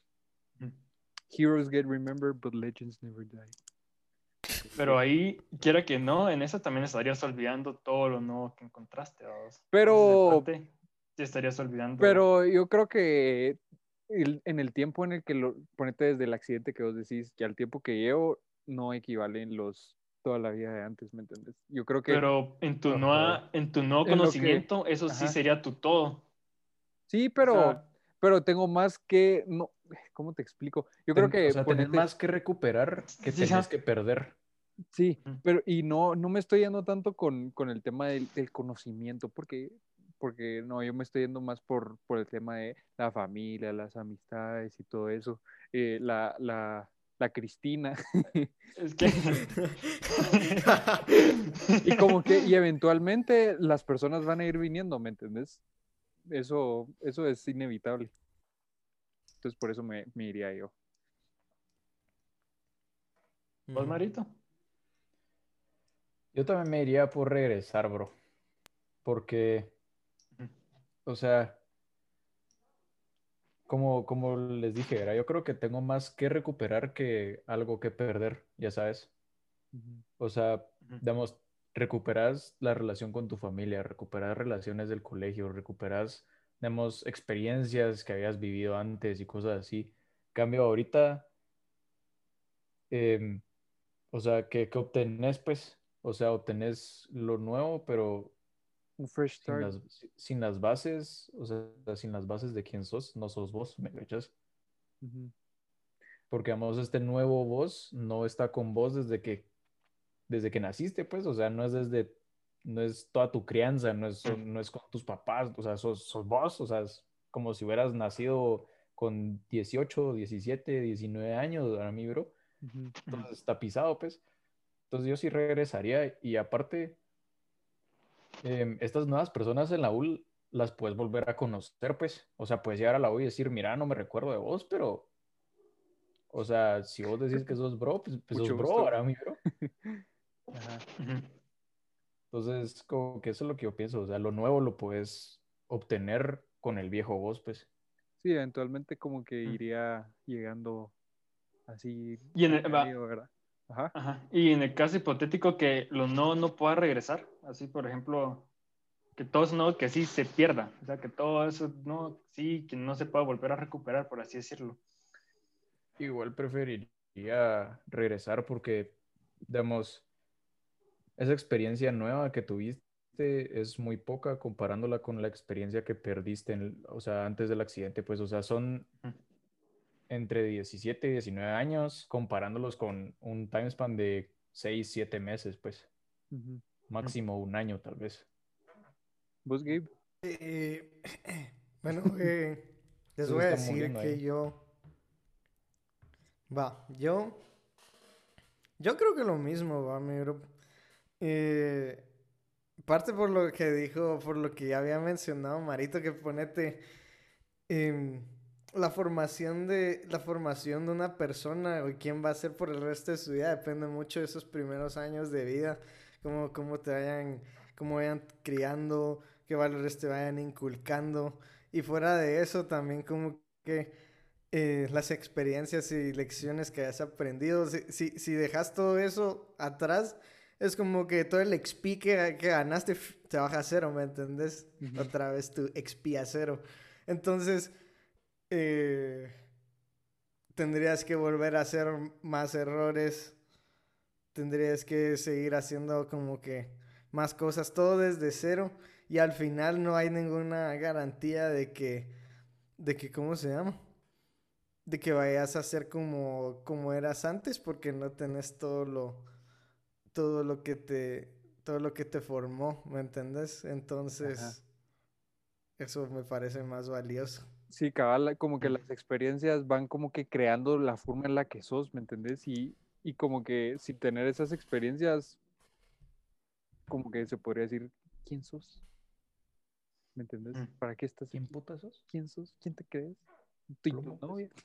Heroes get remembered, but legends never die. Pero ahí, quiera que no, en eso también estarías olvidando todo lo nuevo que encontraste, vamos. Entonces, de Pero, parte, sí estarías olvidando. pero yo creo que el- en el tiempo en el que lo ponete desde el accidente que vos decís, que al tiempo que llevo, no equivalen los toda la vida de antes, ¿me entiendes? Yo creo que Pero en tu, Ok. nueva, en tu nuevo en lo que, conocimiento, eso sí ajá, sería tu todo. sí, O pero, sea, pero tengo más que, no, ¿cómo te explico? Yo creo Ten- o que sea, tenés ponete, más que recuperar que sí, tenés ja. que perder. sí, Ujú. pero y no, no me estoy yendo tanto con, con el tema del, del conocimiento, porque, porque no, yo me estoy yendo más por, por el tema de la familia, las amistades y todo eso, eh, la, la, la Cristina, Es que. y como que, y eventualmente las personas van a ir viniendo, ¿me entendés? Eso, eso es inevitable. Entonces por eso me, me iría yo. ¿Vos, Marito? Yo también me iría por regresar, bro. Porque, Ujú. o sea, como, como les dije, ¿verdad? Yo creo que tengo más que recuperar que algo que perder, ya sabes. Ujú, O sea, Ujú. digamos, recuperas la relación con tu familia, recuperas relaciones del colegio, recuperas, digamos, experiencias que habías vivido antes y cosas así. Cambio ahorita, em, o sea, que, que obtenés, pues, o sea, obtenés lo nuevo, pero un fresh sin start. las, si- sin las bases, o sea, sin las bases de quién sos, no sos vos, ¿me cachas? Ujú, Porque, digamos, este nuevo vos no está con vos desde que desde que naciste, pues, o sea, no es desde, no es toda tu crianza, no es, son- no es con tus papás, o sea, sos, sos vos, o sea, es como si hubieras nacido con dieciocho diecisiete diecinueve años, a mí, bro, ujú. Ujú. entonces está pisado, pues, entonces yo sí regresaría y aparte, em, estas nuevas personas en la U L las puedes volver a conocer, pues, o sea, puedes llegar a la U y decir, mira, no me recuerdo de vos, pero, o sea, si vos decís que sos bro, pues, pues sos Mucho bro, gusto. ahora mi bro. Ajá. Ujú. Entonces, como que eso es lo que yo pienso, o sea, lo nuevo lo puedes obtener con el viejo vos, pues. Sí, eventualmente como que Ujú. iría llegando así Y en al el, va, medio, ¿verdad? Ajá. ajá. Y en el caso hipotético que lo no no pueda regresar, así por ejemplo, que todo eso no, que sí se pierda, o sea, que todo eso no, sí, que no se pueda volver a recuperar, por así decirlo. Igual preferiría regresar porque, digamos, esa experiencia nueva que tuviste es muy poca comparándola con la experiencia que perdiste, en- o sea, antes del accidente, pues, o sea, son Ujú. entre diecisiete y diecinueve años comparándolos con un time span de seis siete meses, pues, Ujú. Ujú. máximo un año tal vez. ¿Vos, Gabe? Eh, bueno, eh, les Usted se voy a está decir muriendo que ahí. yo, va, yo, yo creo que lo mismo, va, mi bro. Eh, Parte por lo que dijo, por lo que ya había mencionado Marito, que ponete em, la formación de la formación de una persona o quién va a ser por el resto de su vida depende mucho de esos primeros años de vida, cómo, cómo te vayan, cómo vayan criando, qué valores te vayan inculcando. Y fuera de eso, también como que eh, las experiencias y lecciones que has aprendido. Si, si, si dejas todo eso atrás, es como que todo el X P que, que ganaste f- te baja a cero, ¿me entendés? Ujú. Otra vez tu X P a cero. Entonces, eh, tendrías que volver a hacer más errores, tendrías que seguir haciendo como que más cosas, todo desde cero. Y al final no hay ninguna garantía de que, de que, ¿cómo se llama? De que vayas a ser como, como eras antes porque no tenés todo lo, todo lo que te, todo lo que te formó, ¿me entendés? Ajá. Entonces, eso me parece más valioso. Sí, cabal, como que las experiencias van como que creando la forma en la que sos, ¿me entendés? Y, y como que sin tener esas experiencias, como que se podría decir, ¿quién sos? ¿Me entendés? Mm. ¿Para qué estás ¿Quién aquí? puta sos? ¿Quién sos? ¿Quién te crees? ¿Tu Plomo, pues. novia?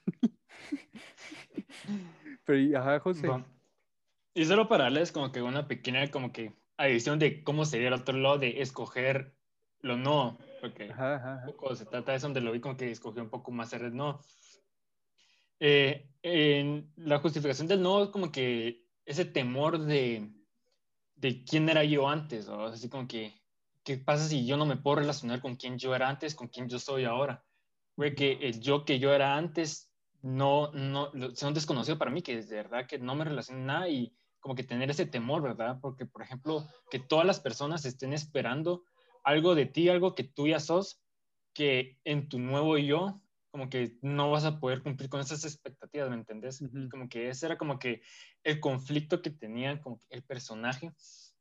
Pero, y- ajá, José. Va. Y solo para darles como que una pequeña como que adición de cómo sería el otro lado de escoger lo no, porque Ajá, ajá, un ajá. poco se trata de eso donde lo vi como que escogió un poco más el no. Eh, en la justificación del no es como que ese temor de, de quién era yo antes, o así como que, ¿qué pasa si yo no me puedo relacionar con quién yo era antes, con quién yo soy ahora? Fue Ujú. que el yo que yo era antes no, no, lo- son desconocido para mí, que de verdad que no me relaciono en nada y como que tener ese temor, ¿verdad? Porque, por ejemplo, que todas las personas estén esperando algo de ti, algo que tú ya sos, que en tu nuevo yo, como que no vas a poder cumplir con esas expectativas, ¿me entendés? Y Ujú. como que ese era como que el conflicto que tenía como que el personaje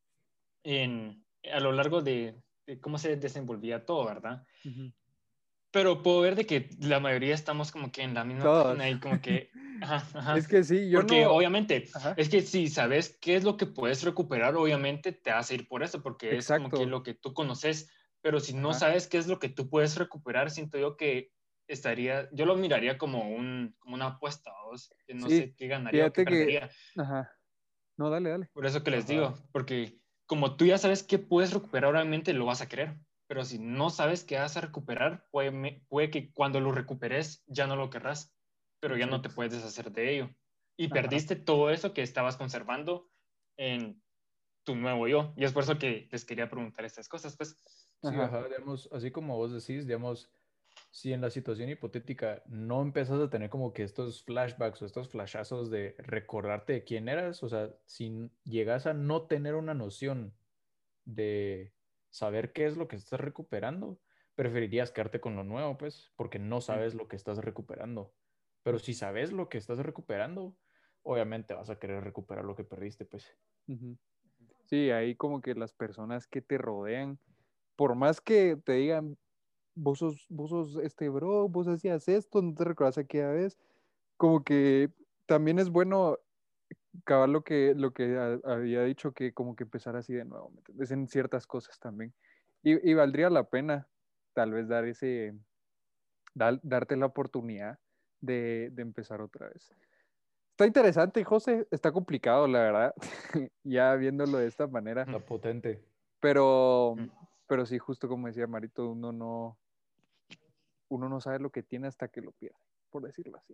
en, a lo largo de, de cómo se desenvolvía todo, ¿verdad? Ujú. Pero puedo ver de que la mayoría estamos como que en la misma Todos. página y como que, ajá, ajá. Es que sí, yo Porque no. obviamente, Ajá, es que si sabes qué es lo que puedes recuperar, obviamente te vas a ir por eso, porque es como que exacto. lo que tú conoces, pero si no Ajá. sabes qué es lo que tú puedes recuperar, siento yo que estaría, yo lo miraría como un, como una apuesta, ¿vos? Que no Sí, sé qué ganaría o qué fíjate que. perdería. Ajá. No, dale, dale. Por eso que les Ajá. digo, porque como tú ya sabes qué puedes recuperar, obviamente lo vas a querer. Pero si no sabes qué vas a recuperar, puede, me- puede que cuando lo recuperes ya no lo querrás, pero ya no te Exacto. puedes deshacer de ello. Y Ajá. perdiste todo eso que estabas conservando en tu nuevo yo. Y es por eso que les quería preguntar estas cosas, pues. Sí, Ajá. ajá, digamos, así como vos decís, digamos, si en la situación hipotética no empezás a tener como que estos flashbacks o estos flashazos de recordarte de quién eras, o sea, si llegas a no tener una noción de saber qué es lo que estás recuperando, preferirías quedarte con lo nuevo, pues, porque no Mm. sabes lo que estás recuperando. Pero si sabes lo que estás recuperando, obviamente vas a querer recuperar lo que perdiste, pues. Ujú. Sí, ahí como que las personas que te rodean, por más que te digan, vos sos, vos sos este bro, vos hacías esto, no te recuerdas aquella vez, como que también es bueno acabar lo que, lo que ha- había dicho, que como que empezar así de nuevo, ¿me entiendes? En ciertas cosas también. Y, y valdría la pena tal vez dar ese, dar- darte la oportunidad de, de empezar otra vez. Está interesante, José, está complicado, la verdad, ya viéndolo de esta manera, Mm. Está potente. pero, Mm. pero sí, justo como decía Marito, uno no, uno no sabe lo que tiene hasta que lo pierde, por decirlo así.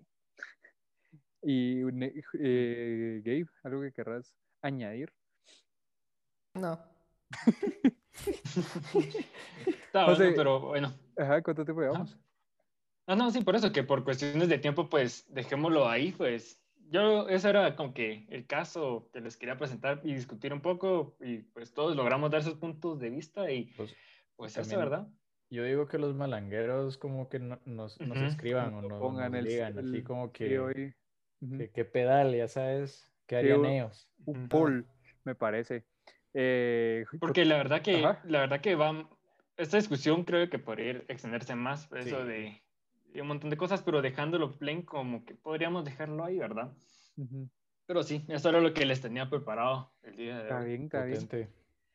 Y ne- Mm. eh, Gabe, ¿algo que querrás añadir? No. Está bueno, José, pero bueno. ajá, ¿cuánto tiempo Ajá. llevamos? Ah, no, sí, por eso que por cuestiones de tiempo, pues dejémoslo ahí, pues yo, ese era como que el caso que les quería presentar y discutir un poco y pues todos logramos dar sus puntos de vista y Pues, y pues eso, también ¿verdad? yo digo que los malangueros como que no- nos, nos Ujú. escriban Nos o lo no- pongan nos el, digan, así el como sí, que, hoy. Ujú. que qué pedal, ya sabes, qué Sí, harían un, ellos. un Ujú. Ah, poll, me parece. Eh, co- Porque la verdad que, ajá, la verdad que va, esta discusión creo que podría ir- extenderse más, eso Sí, de, de un montón de cosas, pero dejándolo plain como que podríamos dejarlo ahí, ¿verdad? ujú. Pero sí, eso era lo que les tenía preparado el día de Está hoy. bien, está bien. potente.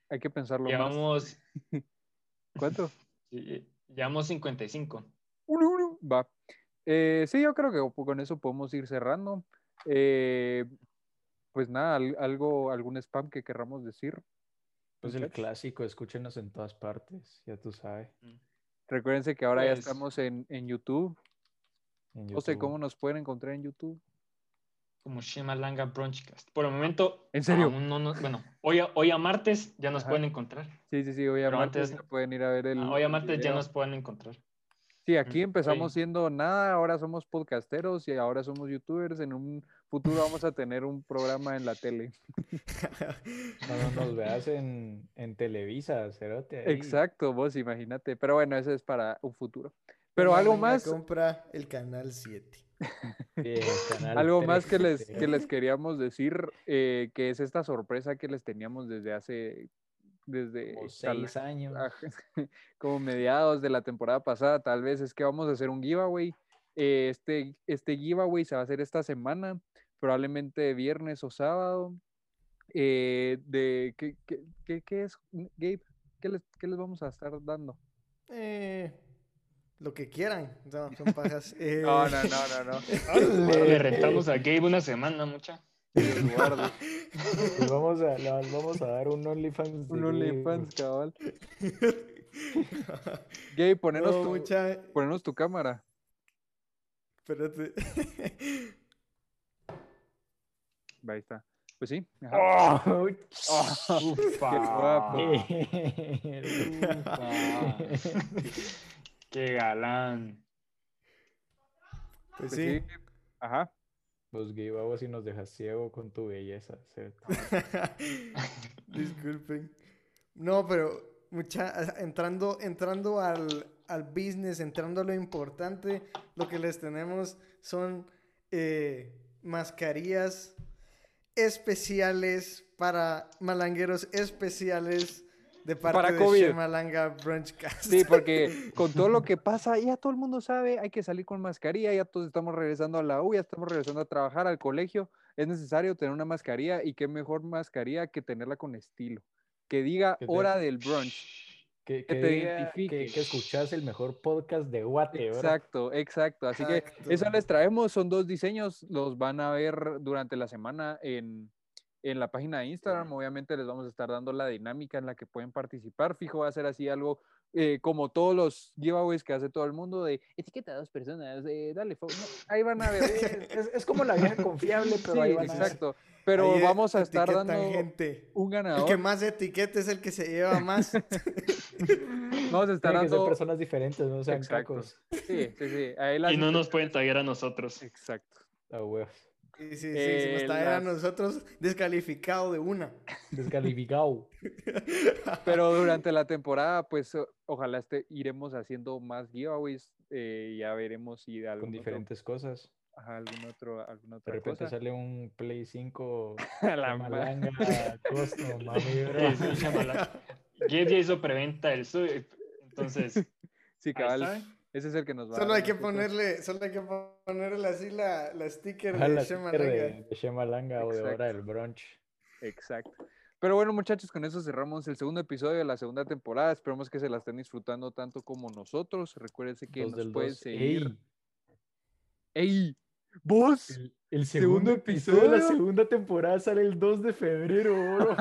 Hay que pensarlo más. Llevamos, ¿Cuánto? sí, llevamos cincuenta y cinco. Uno, uno. Va. Eh, sí, yo creo que con eso podemos ir cerrando. Eh, pues nada, al- algo, algún spam que querramos decir. Pues el Muchachos. clásico, escúchenos en todas partes, ya tú sabes. Recuérdense que ahora ya Pues, estamos en, en YouTube. En No sé cómo YouTube. nos pueden encontrar en YouTube. como Shemalanga Brunchcast. Por el momento, ¿En serio? aún no nos. Bueno, hoy a, hoy a martes ya nos Ajá. pueden encontrar. Sí, sí, sí, hoy a Pero martes antes, ya pueden ir a ver el, ah, hoy a el martes ya video. nos pueden encontrar. Sí, aquí Ujú. empezamos Hoy- siendo nada, ahora somos podcasteros y ahora somos youtubers. En un futuro vamos a tener un programa en la tele. Cuando nos veas en, en Televisa, cerote ahí. Exacto, vos imagínate. Pero bueno, eso es para un futuro. Pero Chema algo Langa más, compra el canal siete. Sí, en Canal algo más que trece, les, que les queríamos decir, eh, que es esta sorpresa que les teníamos desde hace, desde como tal seis vez, años. ajá, como mediados de la temporada pasada, tal vez es que vamos a hacer un giveaway. Eh, este, este giveaway se va a hacer esta semana, probablemente viernes o sábado. Eh, de, ¿qué, qué, qué- qué es, Gabe? ¿Qué les, qué les vamos a estar dando? Eh, lo que quieran. No, son pajas. Eh, No, no, no, no, no. Le rentamos a Gabe una semana, mucha. Dios guarde. Les vamos a, les vamos a dar un OnlyFans de Un OnlyFans, Gabe. cabal. Gabe, ponenos, No, tu, mucha. ponenos tu cámara. Espérate. Ahí está. Pues sí. Ajá. ¡Oh! Oh, Ufa. qué guapo. Ufa. Qué galán. Pues Pues sí. sí. Ajá. Pues Gabe, a vos si nos dejas ciego con tu belleza, ¿cierto? Disculpen. No, pero mucha, entrando, entrando al, al business, entrando a lo importante, lo que les tenemos son eh, mascarillas especiales para malangueros especiales de parte Para de COVID. Shemalanga Brunchcast. Sí, porque con todo lo que pasa, ya todo el mundo sabe, hay que salir con mascarilla, ya todos estamos regresando a la U, ya estamos regresando a trabajar, al colegio. Es necesario tener una mascarilla y qué mejor mascarilla que tenerla con estilo. Que diga Que, hora te- del brunch, que, que que te diga que, identifique. que escuchas el mejor podcast de Guate, ¿verdad? Exacto, exacto. Así que Exacto. eso les traemos, son dos diseños, los van a ver durante la semana en, en la página de Instagram. Obviamente les vamos a estar dando la dinámica en la que pueden participar. Fijo, va a ser así algo eh, como todos los giveaways que hace todo el mundo de etiqueta a dos personas, eh, dale, fo-". No, ahí van a ver. Sí, es, es como la vieja confiable, pero Sí, ahí van a ver. exacto. Ahí Pero eh, vamos a estar etiquetan dando gente. un El que ganador. más etiquete es el que se lleva más. Vamos a estar Tienen que ser dando. personas diferentes, no sean Exacto. cacos. Sí, sí, sí. Ahí las Y no nos intenciones- pueden tallar a nosotros. Exacto. Ah, huevos. Sí, sí, sí. Si nos Eh, traen a las- nosotros, descalificado de una. Descalificado. Pero durante la temporada, pues o- ojalá este, iremos haciendo más giveaways. Eh, ya veremos si de Con algún otro, diferentes cosas. ajá, algún otro, alguna De otra repente cosa. sale un Play cinco A la Chema ma- Langa custom, mami, bro. Sí, sí, Shemalanga. Gabe ya hizo preventa del suyo. Entonces, Sí, ahí cabal. está. Ese es el que nos va a Solo dar a hay que nosotros. ponerle, solo hay que ponerle así la, la sticker Ajá, de la Shema sticker Langa. de, de Chema Langa o de Exacto. Hora del Brunch. Exacto. Pero bueno, muchachos, con eso cerramos el segundo episodio de la segunda temporada. Esperemos que se la estén disfrutando tanto como nosotros. Recuérdense que Dos nos del pueden dos. seguir. ¡Ey! ¡Ey! ¿Vos? El, el ¿Segundo segundo episodio de la episodio? segunda temporada sale el dos de febrero, bro.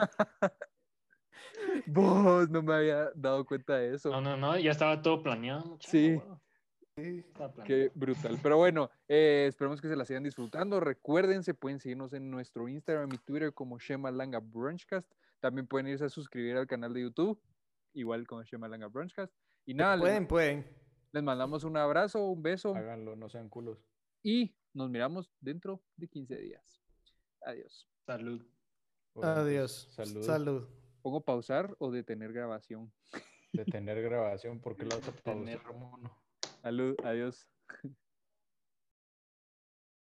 Vos, no me había dado cuenta de eso. No, no, no, ya estaba todo planeado. Mucha, Sí. huevo. Estaba planeado. Qué brutal. Pero bueno, eh, esperemos que se la sigan disfrutando. Recuérdense, pueden seguirnos en nuestro Instagram y Twitter como Shema Langa Brunchcast. También pueden irse a suscribir al canal de YouTube, igual como Shema Langa Brunchcast. Y nada, les, Pueden, pueden. les mandamos un abrazo, un beso Háganlo, no sean culos. y nos miramos dentro de quince días. Adiós. Salud. Bueno, pues, Adiós. salud. Salud. ¿Pongo pausar o detener grabación? De tener grabación, porque la vas a Tener. pausar, mono. Salud, adiós.